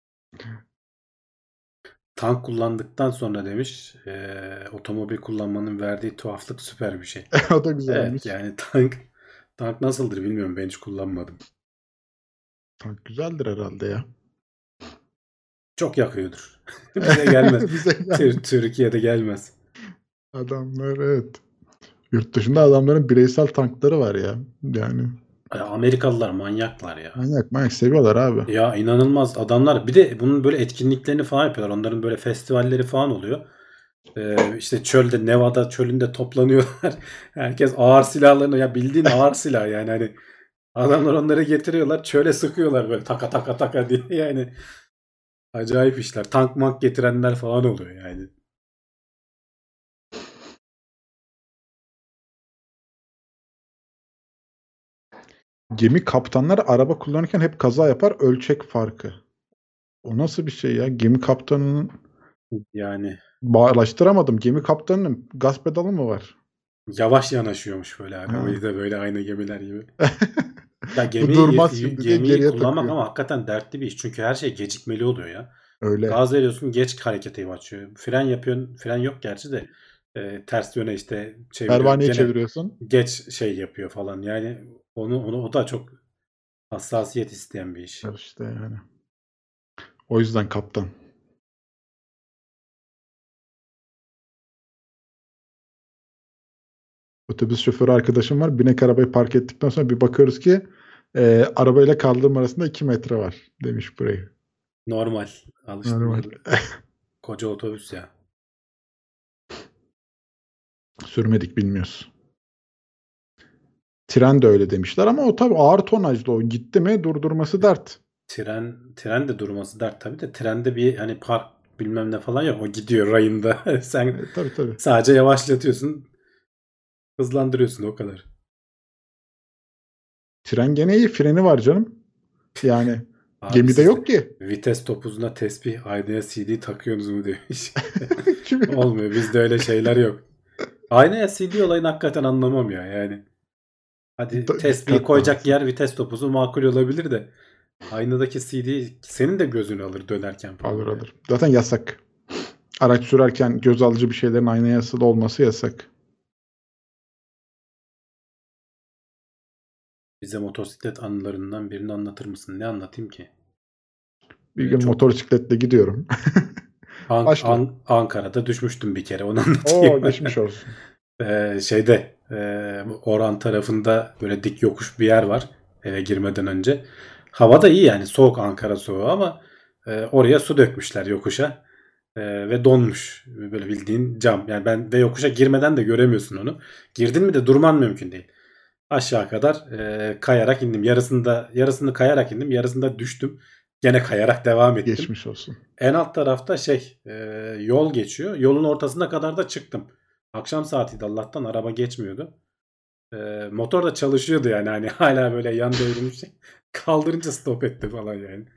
Speaker 2: Tank kullandıktan sonra demiş eee, otomobil kullanmanın verdiği tuhaflık süper bir şey.
Speaker 3: O da
Speaker 2: Evet
Speaker 3: güzelmiş.
Speaker 2: yani tank tank nasıldır bilmiyorum, ben hiç kullanmadım.
Speaker 3: Tank güzeldir herhalde ya.
Speaker 2: Çok yakıyordur. Bize gelmez.
Speaker 3: Bize
Speaker 2: Tür-
Speaker 3: yani
Speaker 2: Türkiye'de gelmez.
Speaker 3: adamlar evet. Yurt dışında adamların bireysel tankları var ya. Yani
Speaker 2: Ya Amerikalılar manyaklar ya.
Speaker 3: manyak manyak seviyorlar abi.
Speaker 2: Ya inanılmaz adamlar. Bir de bunun böyle etkinliklerini falan yapıyorlar. Onların böyle festivalleri falan oluyor. Ee, işte çölde, Nevada çölünde toplanıyorlar. Herkes ağır silahlarını, ya bildiğin ağır silah yani, hani adamlar onları getiriyorlar, çöle sıkıyorlar böyle taka taka taka diye yani. Acayip işler. Tank mank getirenler falan oluyor yani.
Speaker 3: Gemi kaptanları araba kullanırken hep kaza yapar, ölçek farkı. O nasıl bir şey ya? Gemi kaptanının
Speaker 2: Yani
Speaker 3: bağlaştıramadım. Gemi kaptanının gaz pedalı mı var?
Speaker 2: yavaş yanaşıyormuş böyle
Speaker 3: Ha.
Speaker 2: arabayı da, böyle aynı gemiler gibi. Ya
Speaker 3: Bu
Speaker 2: gemiyi
Speaker 3: durmaz şimdi diye
Speaker 2: gemiyi
Speaker 3: geriye
Speaker 2: kullanmak
Speaker 3: takıyor.
Speaker 2: ama hakikaten dertli bir iş. Çünkü her şey gecikmeli oluyor ya.
Speaker 3: Öyle.
Speaker 2: Gaz veriyorsun, geç harekete açıyor. Fren yapıyorsun. Fren yok gerçi de. E, ters yöne işte çeviriyorsun.
Speaker 3: Pervaneyi
Speaker 2: Gene
Speaker 3: çeviriyorsun.
Speaker 2: geç şey yapıyor falan. Yani onu onu o da çok hassasiyet isteyen bir iş.
Speaker 3: İşte yani. O yüzden kaptan. Otobüs şoförü arkadaşım var. Binek arabayı park ettikten sonra bir bakıyoruz ki e, arabayla kaldırım arasında iki metre var demiş burayı.
Speaker 2: Normal. Alıştım.
Speaker 3: Normal.
Speaker 2: Koca otobüs ya.
Speaker 3: Sürmedik bilmiyoruz. Tren de öyle demişler ama o tabii ağır tonajlı o. Gitti mi durdurması dert.
Speaker 2: Tren tren de durması dert tabii de, trende bir hani park bilmem ne falan yok. O gidiyor rayında. Sen
Speaker 3: E, tabii tabii.
Speaker 2: sadece yavaşlatıyorsun, hızlandırıyorsun, o kadar.
Speaker 3: Tren gene iyi. Freni var canım. Yani
Speaker 2: Abi
Speaker 3: gemide
Speaker 2: siz
Speaker 3: yok ki.
Speaker 2: vites topuzuna tesbih, aynaya C D takıyorsunuz mu demiş.
Speaker 3: Kim-
Speaker 2: Olmuyor. Bizde öyle şeyler yok. Aynaya C D olayını hakikaten anlamam ya yani. Hadi
Speaker 3: Da-
Speaker 2: tesbihi
Speaker 3: dikkat
Speaker 2: koyacak
Speaker 3: dağıtsın.
Speaker 2: yer vites topuzu makul olabilir de, aynadaki C D senin de gözünü alır dönerken falan.
Speaker 3: Alır
Speaker 2: yani.
Speaker 3: alır. Zaten yasak. Araç sürerken göz alıcı bir şeylerin aynaya asılı olması yasak.
Speaker 2: Bize motosiklet anılarından birini anlatır mısın? Ne anlatayım ki?
Speaker 3: Bir
Speaker 2: Böyle
Speaker 3: gün
Speaker 2: çok
Speaker 3: motosikletle gidiyorum.
Speaker 2: An-
Speaker 3: Başla.
Speaker 2: An- Ankara'da düşmüştüm bir kere, onu
Speaker 3: Oo
Speaker 2: anlatayım.
Speaker 3: geçmiş olsun.
Speaker 2: Ee, şeyde e, Oran tarafında böyle dik yokuş bir yer var eve girmeden önce. Hava da iyi yani, soğuk, Ankara soğuğu ama e, oraya su dökmüşler yokuşa. E, ve donmuş. Böyle bildiğin cam. Yani ben de yokuşa girmeden de göremiyorsun onu. Girdin mi de durman mümkün değil. Aşağı kadar e, kayarak indim. Yarısında yarısını kayarak indim, yarısında düştüm. Gene kayarak devam ettim.
Speaker 3: Geçmiş olsun.
Speaker 2: En alt tarafta şey e, yol geçiyor. Yolun ortasına kadar da çıktım. Akşam saatiydi Allah'tan, araba geçmiyordu. E, motor da çalışıyordu yani, hani hala böyle yan devrilmiş. Kaldırınca stop etti falan yani.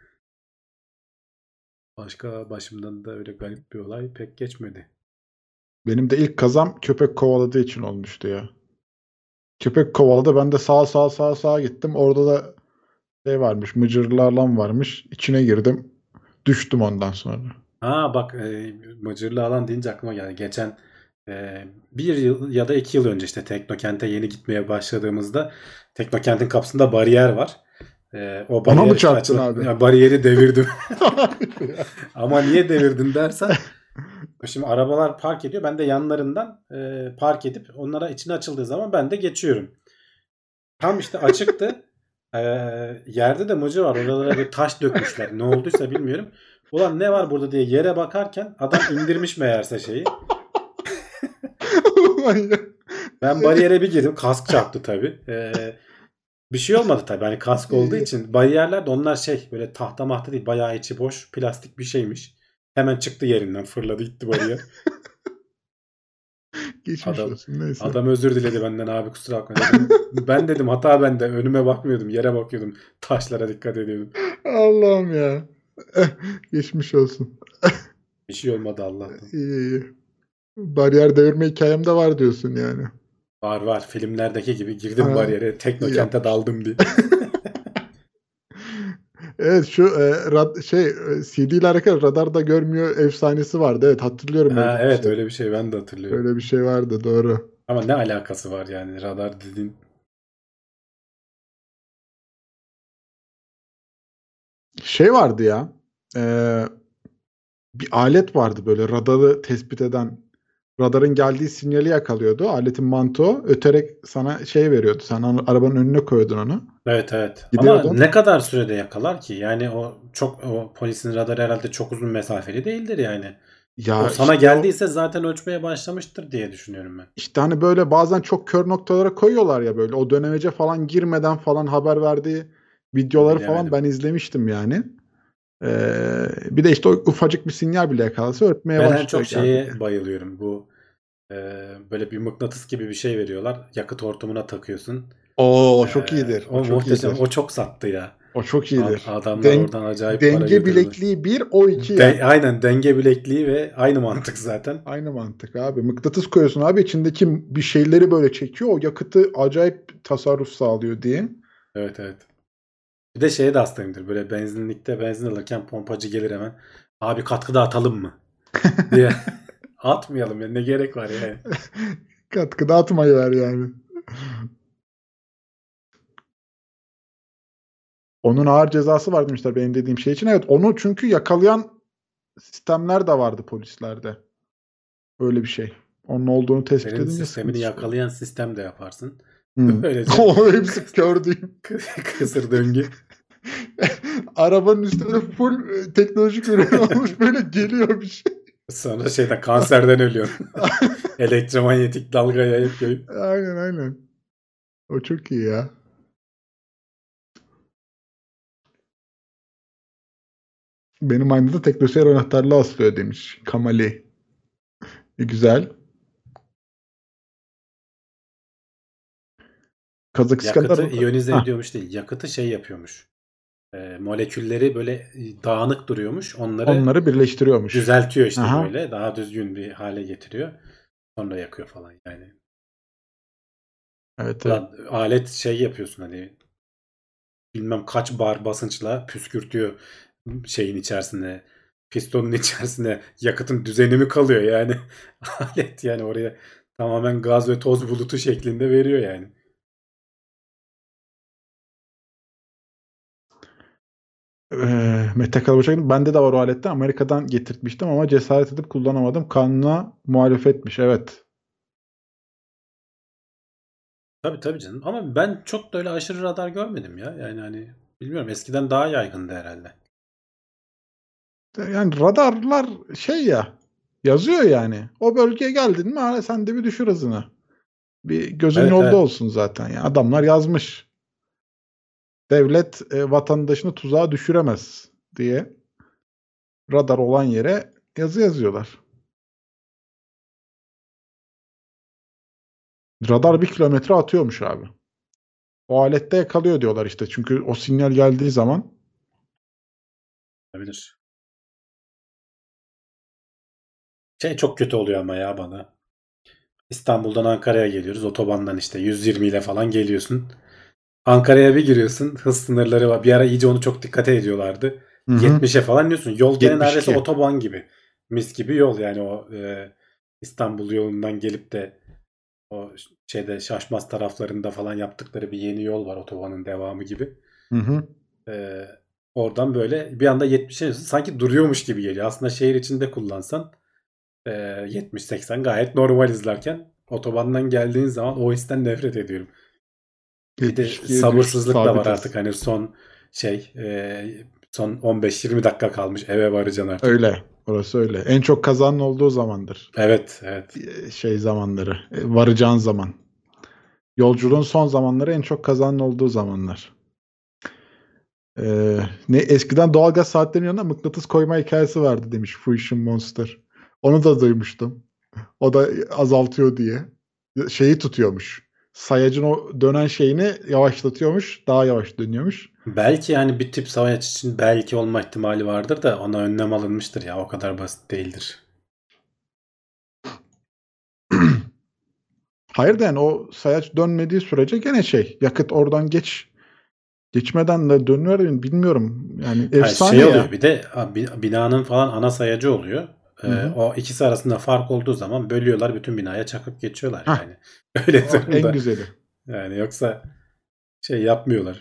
Speaker 2: Başka başımdan da öyle garip bir olay pek geçmedi.
Speaker 3: Benim de ilk kazam köpek kovaladığı için olmuştu ya. Köpek kovaladı. Ben de sağa sağa sağa sağa gittim. Orada da şey varmış. Mıcırlı alan varmış. İçine girdim. Düştüm ondan sonra.
Speaker 2: Ha bak, e, Mıcırlı alan deyince aklıma geldi. Geçen e, bir yıl ya da iki yıl önce işte Teknokent'e yeni gitmeye başladığımızda Teknokent'in kapısında bariyer var. E, o
Speaker 3: Ona
Speaker 2: bariyer
Speaker 3: mı
Speaker 2: işte
Speaker 3: çarptın
Speaker 2: açılıp-
Speaker 3: abi?
Speaker 2: ya bariyeri devirdim. Ama niye devirdin dersen, şimdi arabalar park ediyor. Ben de yanlarından e, park edip onlara içine açıldığı zaman ben de geçiyorum. Tam işte açıktı. E, yerde de mıcır var. Oralara bir taş dökmüşler. Ne olduysa bilmiyorum. Ulan ne var burada diye yere bakarken adam indirmiş meğerse şeyi. Ben bariyere bir girdim. Kask çarptı tabii. E, bir şey olmadı tabii. Hani kask olduğu için. Bariyerler de onlar şey, böyle tahta mahta değil. Bayağı içi boş. Plastik bir şeymiş. Hemen çıktı yerinden. Fırladı gitti bariyer.
Speaker 3: Geçmiş
Speaker 2: Adam
Speaker 3: olsun. Neyse.
Speaker 2: adam özür diledi benden, abi kusura bakma dedim. Ben dedim hata bende. Önüme bakmıyordum. Yere bakıyordum. Taşlara dikkat ediyordum.
Speaker 3: Allah'ım ya. Geçmiş olsun.
Speaker 2: Bir şey olmadı Allah'tan.
Speaker 3: İyi iyi. Bariyer devirme hikayem de var diyorsun yani.
Speaker 2: Var var. Filmlerdeki gibi girdim
Speaker 3: Ha,
Speaker 2: bariyere. Teknokent'e daldım diye.
Speaker 3: Evet şu e, rad- şey e, C D ile alakalı radarda görmüyor efsanesi vardı. Evet hatırlıyorum öyle
Speaker 2: Ha,
Speaker 3: bir
Speaker 2: evet
Speaker 3: şey.
Speaker 2: öyle bir şey ben de hatırlıyorum.
Speaker 3: Öyle bir şey vardı doğru.
Speaker 2: Ama ne alakası var yani radar dediğin.
Speaker 3: Şey vardı ya. e, bir alet vardı böyle radarı tespit eden. Radarın geldiği sinyali yakalıyordu. Aletin mantığı öterek sana şey veriyordu. Sen onu- arabanın önüne koyuyordun onu.
Speaker 2: Evet evet. Ama
Speaker 3: Gidiyordun.
Speaker 2: ne kadar sürede yakalar ki? Yani o çok o polisin radarı herhalde çok uzun mesafeli değildir yani. O
Speaker 3: Ya
Speaker 2: sana
Speaker 3: işte o
Speaker 2: geldiyse zaten ölçmeye başlamıştır diye düşünüyorum ben.
Speaker 3: işte hani böyle bazen çok kör noktalara koyuyorlar ya böyle. O dönemece falan girmeden falan haber verdiği videoları falan
Speaker 2: Bilemedim.
Speaker 3: ben izlemiştim yani. Ee, bir de işte o ufacık bir sinyal bile yakalasa ötmeye
Speaker 2: Ben en
Speaker 3: başlıyor
Speaker 2: çok
Speaker 3: geldi.
Speaker 2: şeye bayılıyorum. Bu e, böyle bir mıknatıs gibi bir şey veriyorlar. Yakıt hortumuna takıyorsun.
Speaker 3: Oo, o
Speaker 2: E,
Speaker 3: çok iyidir. O
Speaker 2: o
Speaker 3: çok
Speaker 2: muhteşem.
Speaker 3: iyidir.
Speaker 2: O çok sattı ya.
Speaker 3: O çok
Speaker 2: Ad-
Speaker 3: iyidir.
Speaker 2: Adamlar
Speaker 3: Den
Speaker 2: oradan acayip para
Speaker 3: denge
Speaker 2: götürdü.
Speaker 3: bilekliği bir, o iki
Speaker 2: De-
Speaker 3: yani.
Speaker 2: aynen denge bilekliği ve aynı mantık zaten.
Speaker 3: Aynı mantık abi. Mıknatıs koyuyorsun abi içindeki bir şeyleri böyle çekiyor. O yakıtı acayip tasarruf sağlıyor diye.
Speaker 2: Evet evet. Bir de şeye de hastayımdır. Böyle benzinlikte benzin alırken pompacı gelir hemen. Abi katkı da atalım mı? Diye. Atmayalım ya. Ne gerek var yani.
Speaker 3: Katkıda atmayı ver yani. Onun ağır cezası var demişler benim dediğim şey için. Evet onu çünkü yakalayan sistemler de vardı polislerde. Öyle bir şey. Onun olduğunu tespit
Speaker 2: Senin
Speaker 3: edince
Speaker 2: sistemini
Speaker 3: sıkıntı çıkıyor.
Speaker 2: yakalayan sistem de yaparsın.
Speaker 3: Hmm.
Speaker 2: Böylece
Speaker 3: O hepsi kör diyeyim.
Speaker 2: kısır döngü.
Speaker 3: Arabanın üstünde full e, teknolojik ürün olmuş böyle geliyor bir şey.
Speaker 2: Sonra şeyden kanserden ölüyorsun. Elektromanyetik dalga yayıp yayıp.
Speaker 3: Aynen aynen. O çok iyi ya. Benim aynı da teknoseyir anahtarlığı aslıyor demiş. Kamali. E, güzel. Kazakistan'da
Speaker 2: Yakıtı iyonize
Speaker 3: Hah,
Speaker 2: ediyormuş değil. Yakıtı şey yapıyormuş. E, molekülleri böyle e, dağınık duruyormuş. Onları
Speaker 3: onları birleştiriyormuş.
Speaker 2: düzeltiyor işte
Speaker 3: Aha.
Speaker 2: böyle. Daha düzgün bir hale getiriyor. Sonra yakıyor falan yani.
Speaker 3: Evet evet.
Speaker 2: Ulan alet şey yapıyorsun hani bilmem kaç bar basınçla püskürtüyor şeyin içerisinde. Pistonun içerisinde yakıtın düzeni mi kalıyor yani. Alet yani oraya tamamen gaz ve toz bulutu şeklinde veriyor yani.
Speaker 3: Ee, Mete Kalabaşak'ın bende de var o aletten. Amerika'dan getirtmiştim ama cesaret edip kullanamadım. Kanuna muhalefetmiş. Evet.
Speaker 2: Tabii tabii canım. Ama ben çok da öyle aşırı radar görmedim ya. Yani hani bilmiyorum eskiden daha yaygındı herhalde.
Speaker 3: Yani radarlar şey ya yazıyor yani. O bölgeye geldin mi ha, sen de bir düşür hızını. Bir gözün
Speaker 2: Evet
Speaker 3: yolda
Speaker 2: evet.
Speaker 3: olsun zaten. Yani adamlar yazmış. Devlet e, vatandaşını tuzağa düşüremez diye radar olan yere yazı yazıyorlar. Radar bir kilometre atıyormuş abi. O alette yakalıyor diyorlar işte. Çünkü o sinyal geldiği zaman
Speaker 2: Olabilir. Şey çok kötü oluyor ama ya bana. İstanbul'dan Ankara'ya geliyoruz. Otobandan işte yüz yirmi ile falan geliyorsun. Ankara'ya bir giriyorsun. Hız sınırları var. Bir ara iyice onu çok dikkate ediyorlardı.
Speaker 3: hı hı,
Speaker 2: yetmişe falan diyorsun. Yol gene
Speaker 3: yetmiş
Speaker 2: neredeyse
Speaker 3: iki.
Speaker 2: otoban gibi. Mis gibi yol yani o e, İstanbul yolundan gelip de o şeyde Şaşmaz taraflarında falan yaptıkları bir yeni yol var otobanın devamı gibi.
Speaker 3: Hı hı.
Speaker 2: E, oradan böyle bir anda yetmişe iniyorsun. Sanki duruyormuş gibi geliyor. Aslında şehir içinde kullansan e, yetmiş seksen gayet normal izlerken otobandan geldiğin zaman o histen nefret ediyorum. Bir de
Speaker 3: yetmiş ikiye düş
Speaker 2: sabırsızlık da var
Speaker 3: sabit
Speaker 2: artık
Speaker 3: hız.
Speaker 2: hani son şey e, son on beş yirmi dakika kalmış eve varacaksın artık.
Speaker 3: Öyle. Orası öyle. En çok kazanın olduğu zamandır.
Speaker 2: Evet evet.
Speaker 3: E, Şey zamanları. e, Varacağın zaman. Yolculuğun son zamanları en çok kazanın olduğu zamanlar. Ee, ne eskiden doğalgaz saatlerinin yanına mıknatıs koyma hikayesi vardı demiş Fusion Monster. Onu da duymuştum. O da azaltıyor diye. Şeyi tutuyormuş. Sayacın o dönen şeyini yavaşlatıyormuş. Daha yavaş dönüyormuş.
Speaker 2: Belki yani bir tip savaş için belki olma ihtimali vardır da ona önlem alınmıştır ya o kadar basit değildir.
Speaker 3: Hayır da yani o sayaç dönmediği sürece gene şey yakıt oradan geç geçmeden de dönüyor mu bilmiyorum. Yani
Speaker 2: Hayır,
Speaker 3: efsane
Speaker 2: şey
Speaker 3: ya.
Speaker 2: oluyor bir de a, bi- binanın falan ana sayacı oluyor. Ee,
Speaker 3: Hı hı.
Speaker 2: o ikisi arasında fark olduğu zaman bölüyorlar, bütün binaya çakıp geçiyorlar
Speaker 3: Hah,
Speaker 2: yani. Öyle
Speaker 3: oh, en
Speaker 2: durumda.
Speaker 3: güzeli.
Speaker 2: Yani yoksa şey yapmıyorlar.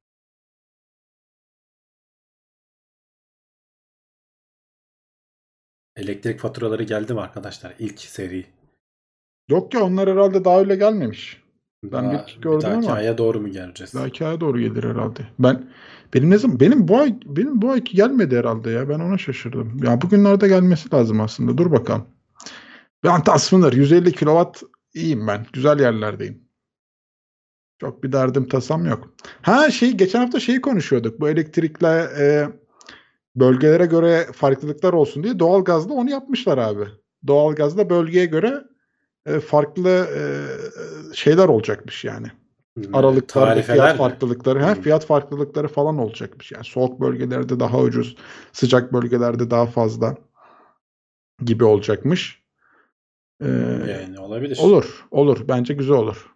Speaker 2: Elektrik faturaları geldi mi arkadaşlar? İlk seri.
Speaker 3: Yok ya onlar herhalde daha öyle gelmemiş. Ben
Speaker 2: Daha
Speaker 3: bir
Speaker 2: bir
Speaker 3: gördüm
Speaker 2: dahaki
Speaker 3: ama
Speaker 2: aya doğru mu geleceğiz?
Speaker 3: belki aya doğru gelir herhalde. Ben benim ne zaman benim bu ay benim bu ayki gelmedi herhalde ya. Ben ona şaşırdım. Ya bugünlerde gelmesi lazım aslında. Dur bakalım. Ben tasminler yüz elli kilowatt iyiyim ben. Güzel yerlerdeyim. Çok bir derdim tasam yok. Ha şey geçen hafta şeyi konuşuyorduk. Bu elektrikle e, bölgelere göre farklılıklar olsun diye doğalgazda onu yapmışlar abi. Doğalgazda bölgeye göre e, farklı e, şeyler olacakmış yani.
Speaker 2: Ee,
Speaker 3: Aralıklar ve fiyat
Speaker 2: Tarifeler mi?
Speaker 3: farklılıkları, ha,
Speaker 2: Hmm.
Speaker 3: fiyat farklılıkları falan olacakmış. Yani soğuk bölgelerde daha ucuz, sıcak bölgelerde daha fazla gibi olacakmış. Ee,
Speaker 2: Yani olabilir.
Speaker 3: olur, olur. Bence güzel olur.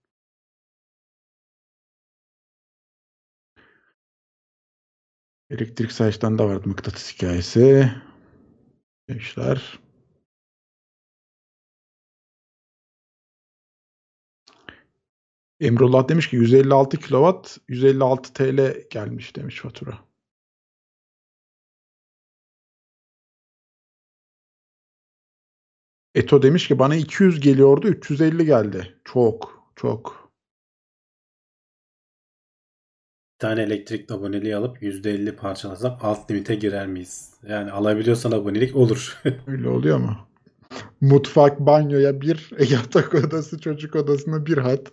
Speaker 3: Elektrik sayaçtan da vardı mıknatıs hikayesi. Gençler. Emrullah demiş ki yüz elli altı kilowatt yüz elli altı T L gelmiş demiş fatura. Eto demiş ki bana iki yüz geliyordu üç yüz elli geldi. Çok çok.
Speaker 2: Bir tane elektrik aboneliği alıp yüzde elli parçalasam alt limite girer miyiz? Yani alabiliyorsan abonelik olur.
Speaker 3: Öyle oluyor mu? Mutfak, banyoya bir, yatak odası, çocuk odasına bir hat.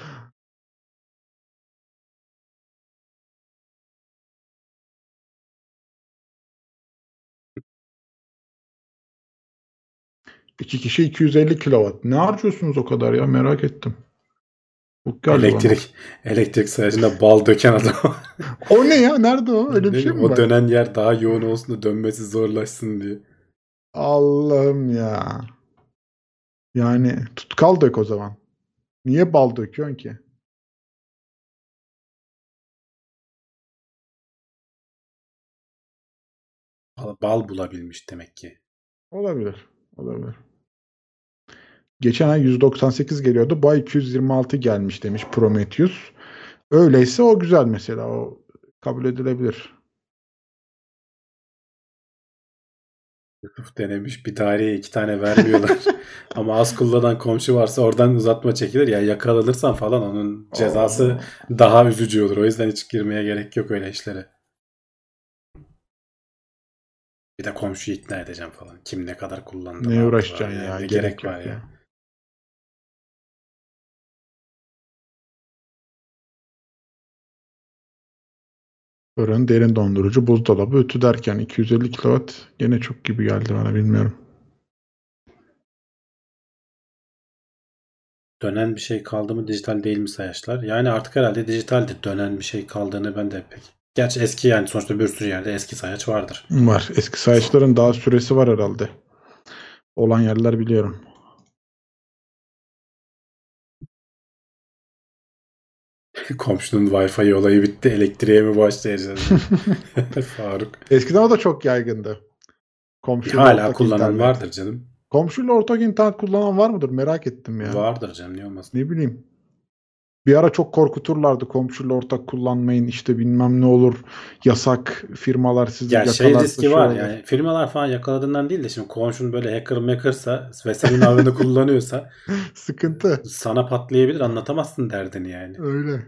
Speaker 3: İki kişi iki yüz elli kilowatt. Ne harcıyorsunuz o kadar ya merak ettim. Çok geldi bana.
Speaker 2: Elektrik elektrik sayacında bal döken adam.
Speaker 3: O ne ya? Nerede o? Öyle
Speaker 2: Ne
Speaker 3: bir şey
Speaker 2: bileyim,
Speaker 3: mi
Speaker 2: o
Speaker 3: var?
Speaker 2: dönen yer daha yoğun olsun da dönmesi zorlaşsın diye.
Speaker 3: Allah'ım ya. Yani tutkal dök o zaman. Niye bal döküyorsun ki?
Speaker 2: Bal, bal bulabilmiş demek ki.
Speaker 3: Olabilir. Olabilir. Geçen ay yüz doksan sekiz geliyordu. Bu ay iki yüz yirmi altı gelmiş demiş Prometheus. Öyleyse o güzel mesela. O kabul edilebilir.
Speaker 2: Yusuf denemiş, bir daireye iki tane vermiyorlar. Ama az kullanan komşu varsa oradan uzatma çekilir. Ya yakalanırsan falan onun cezası
Speaker 3: Oo.
Speaker 2: daha üzücü olur. O yüzden hiç girmeye gerek yok öyle işlere. Bir de komşuyu ikna edeceğim falan. Kim ne kadar kullandı, ne
Speaker 3: Neye
Speaker 2: yaptı falan.
Speaker 3: uğraşacaksın
Speaker 2: Yani
Speaker 3: ya?
Speaker 2: ne
Speaker 3: Gerek
Speaker 2: gerek var
Speaker 3: yok
Speaker 2: ya.
Speaker 3: ya. Fırın, derin dondurucu, buzdolabı, ütü derken iki yüz elli kilowatt gene çok gibi geldi bana bilmiyorum.
Speaker 2: Dönen bir şey kaldı mı, dijital değil mi sayaçlar? Yani artık herhalde dijitaldir. Dönen bir şey kaldığını ben de pek. Gerçi eski, yani sonuçta bir sürü yerde eski sayaç vardır.
Speaker 3: Var. Eski sayaçların daha süresi var herhalde. Olan yerler biliyorum.
Speaker 2: Komşunun Wi-Fi olayı bitti. Elektriğe mi başlayacağız? Faruk.
Speaker 3: Eskiden o da çok yaygındı. Komşuyla
Speaker 2: Hala
Speaker 3: ortak
Speaker 2: kullanan
Speaker 3: internet.
Speaker 2: vardır canım.
Speaker 3: Komşuyla ortak internet kullanan var mıdır? Merak ettim ya.
Speaker 2: Vardır canım, niye olmasın?
Speaker 3: Ne bileyim. Bir ara çok korkuturlardı komşuyla ortak kullanmayın işte bilmem ne olur. Yasak firmalar sizi
Speaker 2: Ya şey
Speaker 3: yakalarsa
Speaker 2: riski
Speaker 3: şey
Speaker 2: var
Speaker 3: olur.
Speaker 2: yani, firmalar falan yakaladığından değil de şimdi komşun böyle hacker makersa ve senin ağını kullanıyorsa
Speaker 3: Sıkıntı.
Speaker 2: sana patlayabilir, anlatamazsın derdini yani.
Speaker 3: Öyle.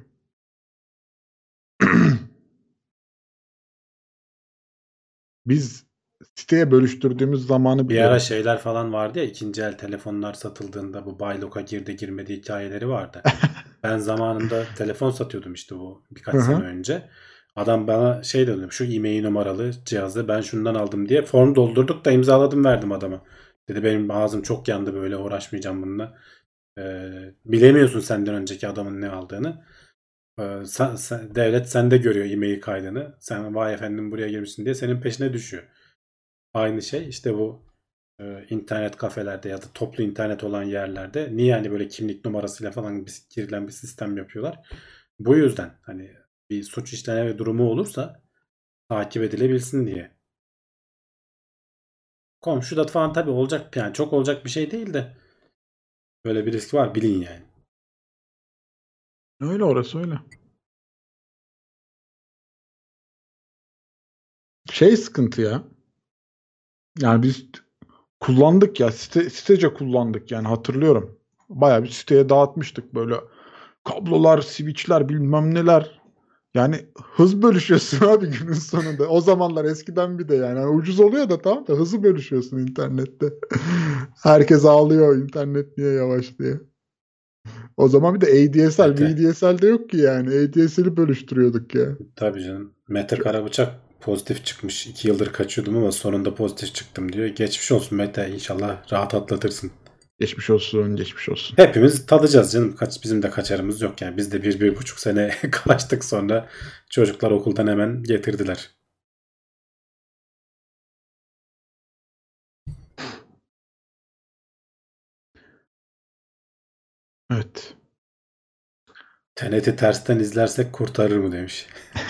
Speaker 3: Biz siteye bölüştürdüğümüz zamanı
Speaker 2: Bir ara
Speaker 3: biliyorum.
Speaker 2: şeyler falan vardı ya, ikinci el telefonlar satıldığında bu Baylok'a girdi girmedi hikayeleri vardı. Ben zamanında telefon satıyordum işte bu
Speaker 3: Hı
Speaker 2: birkaç sene
Speaker 3: hı.
Speaker 2: önce. Adam bana şey dedi, şu e-mail numaralı cihazı ben şundan aldım diye form doldurduk da imzaladım verdim adama. Dedi benim ağzım çok yandı, böyle uğraşmayacağım bununla. Ee, bilemiyorsun senden önceki adamın ne aldığını. Ee, sen, sen- devlet sende görüyor e-mail kaydını. Sen vay efendim buraya girmişsin diye senin peşine düşüyor. Aynı şey işte bu e, internet kafelerde ya da toplu internet olan yerlerde niye hani böyle kimlik numarasıyla falan bir, girilen bir sistem yapıyorlar? Bu yüzden hani bir suç işleme durumu olursa takip edilebilsin diye. Komşuda falan tabii olacak, yani çok olacak bir şey değil de böyle bir risk var, bilin yani.
Speaker 3: Öyle, orası öyle. Şey sıkıntı ya. Yani biz kullandık ya. Site, sitece kullandık yani, hatırlıyorum. Bayağı bir siteye dağıtmıştık böyle. Kablolar, switchler, bilmem neler. Yani hız bölüşüyorsun abi günün sonunda. O zamanlar eskiden bir de yani. Yani ucuz oluyor da tamam da hızı bölüşüyorsun internette. Herkes ağlıyor internet niye yavaş diye. O zaman bir de A D S L,
Speaker 2: Evet, evet.
Speaker 3: V D S L de yok ki yani. A D S L'i bölüştürüyorduk ya.
Speaker 2: Tabii canım. Mete Karabıçak pozitif çıkmış. iki yıldır kaçıyordum ama sonunda pozitif çıktım diyor. Geçmiş olsun Mete. İnşallah rahat atlatırsın.
Speaker 3: Geçmiş olsun, geçmiş olsun.
Speaker 2: Hepimiz tadacağız canım. Kaç, bizim de kaçarımız yok yani. Biz de bir, bir buçuk sene kaçtık, sonra çocuklar okuldan hemen getirdiler.
Speaker 3: Evet.
Speaker 2: T N T tersten izlersek kurtarır mı demiş.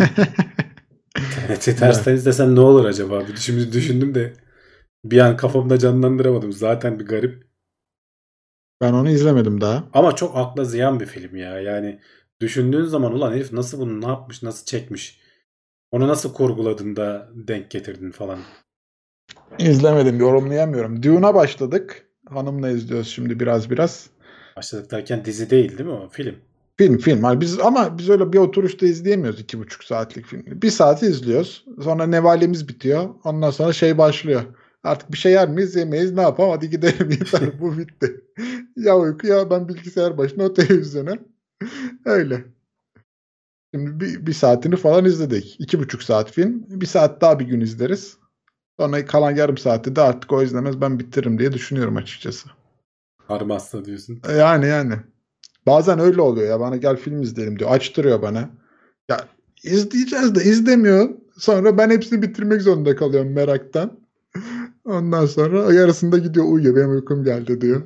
Speaker 2: T N T tersten izlesen ne olur acaba? Bir Şimdi düşündüm de bir an kafamda canlandıramadım. Zaten bir garip.
Speaker 3: Ben onu izlemedim daha.
Speaker 2: Ama çok akla ziyan bir film ya. Yani düşündüğün zaman ulan herif nasıl bunu ne yapmış, nasıl çekmiş? Onu nasıl kurguladın da denk getirdin falan.
Speaker 3: İzlemedim, yorumlayamıyorum. Dune'a başladık. Hanımla izliyoruz şimdi biraz biraz.
Speaker 2: Başladık derken dizi değil değil mi o? Film.
Speaker 3: Film film. Yani biz, ama biz öyle bir oturuşta izleyemiyoruz iki buçuk saatlik filmi. Bir saati izliyoruz. Sonra nevalemiz bitiyor. Ondan sonra şey başlıyor. Artık bir şey yer miyiz, yemeyiz, ne yapalım, hadi gidelim yeter, bu bitti. Ya uyku ya ben bilgisayar başına, o televizyona. Öyle. Şimdi bir, bir saatini falan izledik. İki buçuk saat film. Bir saat daha bir gün izleriz. Sonra kalan yarım saati de artık o izlemez, ben bitiririm diye düşünüyorum açıkçası.
Speaker 2: Armazsa diyorsun.
Speaker 3: Yani yani. Bazen öyle oluyor ya, bana gel film izleyelim diyor. Açtırıyor bana. Ya izleyeceğiz de izlemiyor. Sonra ben hepsini bitirmek zorunda kalıyorum meraktan. Ondan sonra yarısında gidiyor uyuyor. Benim uykum geldi diyor.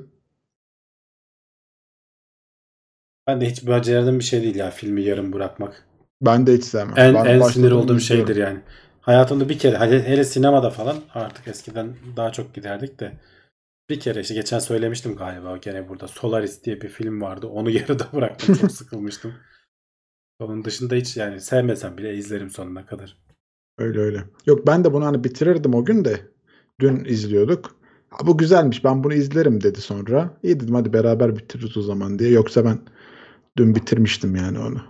Speaker 2: Ben de hiç becerdiğim bir şey değil ya filmi yarım bırakmak.
Speaker 3: Ben de hiç sevmem.
Speaker 2: En,
Speaker 3: Ben
Speaker 2: en sinir
Speaker 3: başladım
Speaker 2: olduğum
Speaker 3: izliyorum.
Speaker 2: şeydir yani. Hayatımda bir kere, hele, hele sinemada falan, artık eskiden daha çok giderdik de bir kere işte geçen söylemiştim galiba gene burada, Solaris diye bir film vardı. Onu yarıda bıraktım, çok sıkılmıştım. Onun dışında hiç yani sevmesem bile izlerim sonuna kadar.
Speaker 3: Öyle öyle. Yok, ben de bunu hani bitirirdim o gün de. Dün izliyorduk. Ha, bu güzelmiş, ben bunu izlerim dedi sonra. İyi dedim, hadi beraber bitiririz o zaman diye. Yoksa ben dün bitirmiştim yani onu.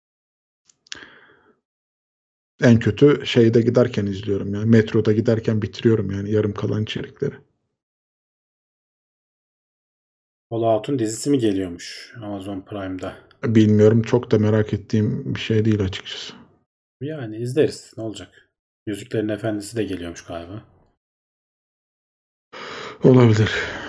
Speaker 3: En kötü şeyde giderken izliyorum yani. Metroda giderken bitiriyorum yani yarım kalan içerikleri.
Speaker 2: Fallout'un dizisi mi geliyormuş Amazon Prime'da?
Speaker 3: Bilmiyorum, çok da merak ettiğim bir şey değil açıkçası.
Speaker 2: Yani izleriz, ne olacak? Yüzüklerin Efendisi de geliyormuş galiba.
Speaker 3: Olabilir.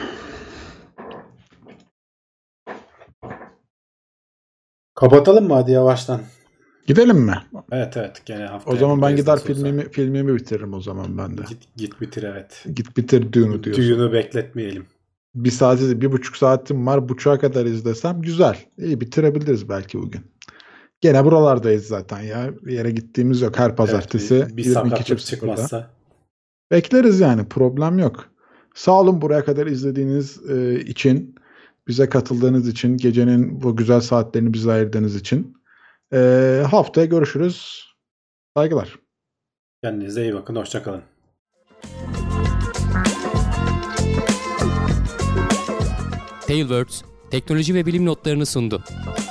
Speaker 2: Kapatalım mı hadi yavaştan?
Speaker 3: Gidelim mi?
Speaker 2: Evet evet, gene haftaya
Speaker 3: O zaman ben
Speaker 2: buradayız
Speaker 3: gider
Speaker 2: nasıl olsa.
Speaker 3: filmimi filmimi bitiririm o zaman ben de.
Speaker 2: Git, git bitir evet.
Speaker 3: Git bitir Dune'u diyorsun.
Speaker 2: Düğünü bekletmeyelim.
Speaker 3: Bir saati, bir buçuk saatim var. Buçuğa kadar izlesem güzel. İyi, bitirebiliriz belki bugün. Gene buralardayız zaten ya. Bir yere gittiğimiz yok. Her pazartesi
Speaker 2: Evet, bir, bir
Speaker 3: yirmi iki
Speaker 2: sakatlık
Speaker 3: çift sıfırda.
Speaker 2: çıkmazsa.
Speaker 3: Bekleriz yani. Problem yok. Sağ olun buraya kadar izlediğiniz e, için. Bize katıldığınız için. Gecenin bu güzel saatlerini bize ayırdığınız için. E, haftaya görüşürüz. Saygılar.
Speaker 2: Kendinize iyi bakın. Hoşça kalın.
Speaker 1: Tailwords, teknoloji ve bilim notlarını sundu.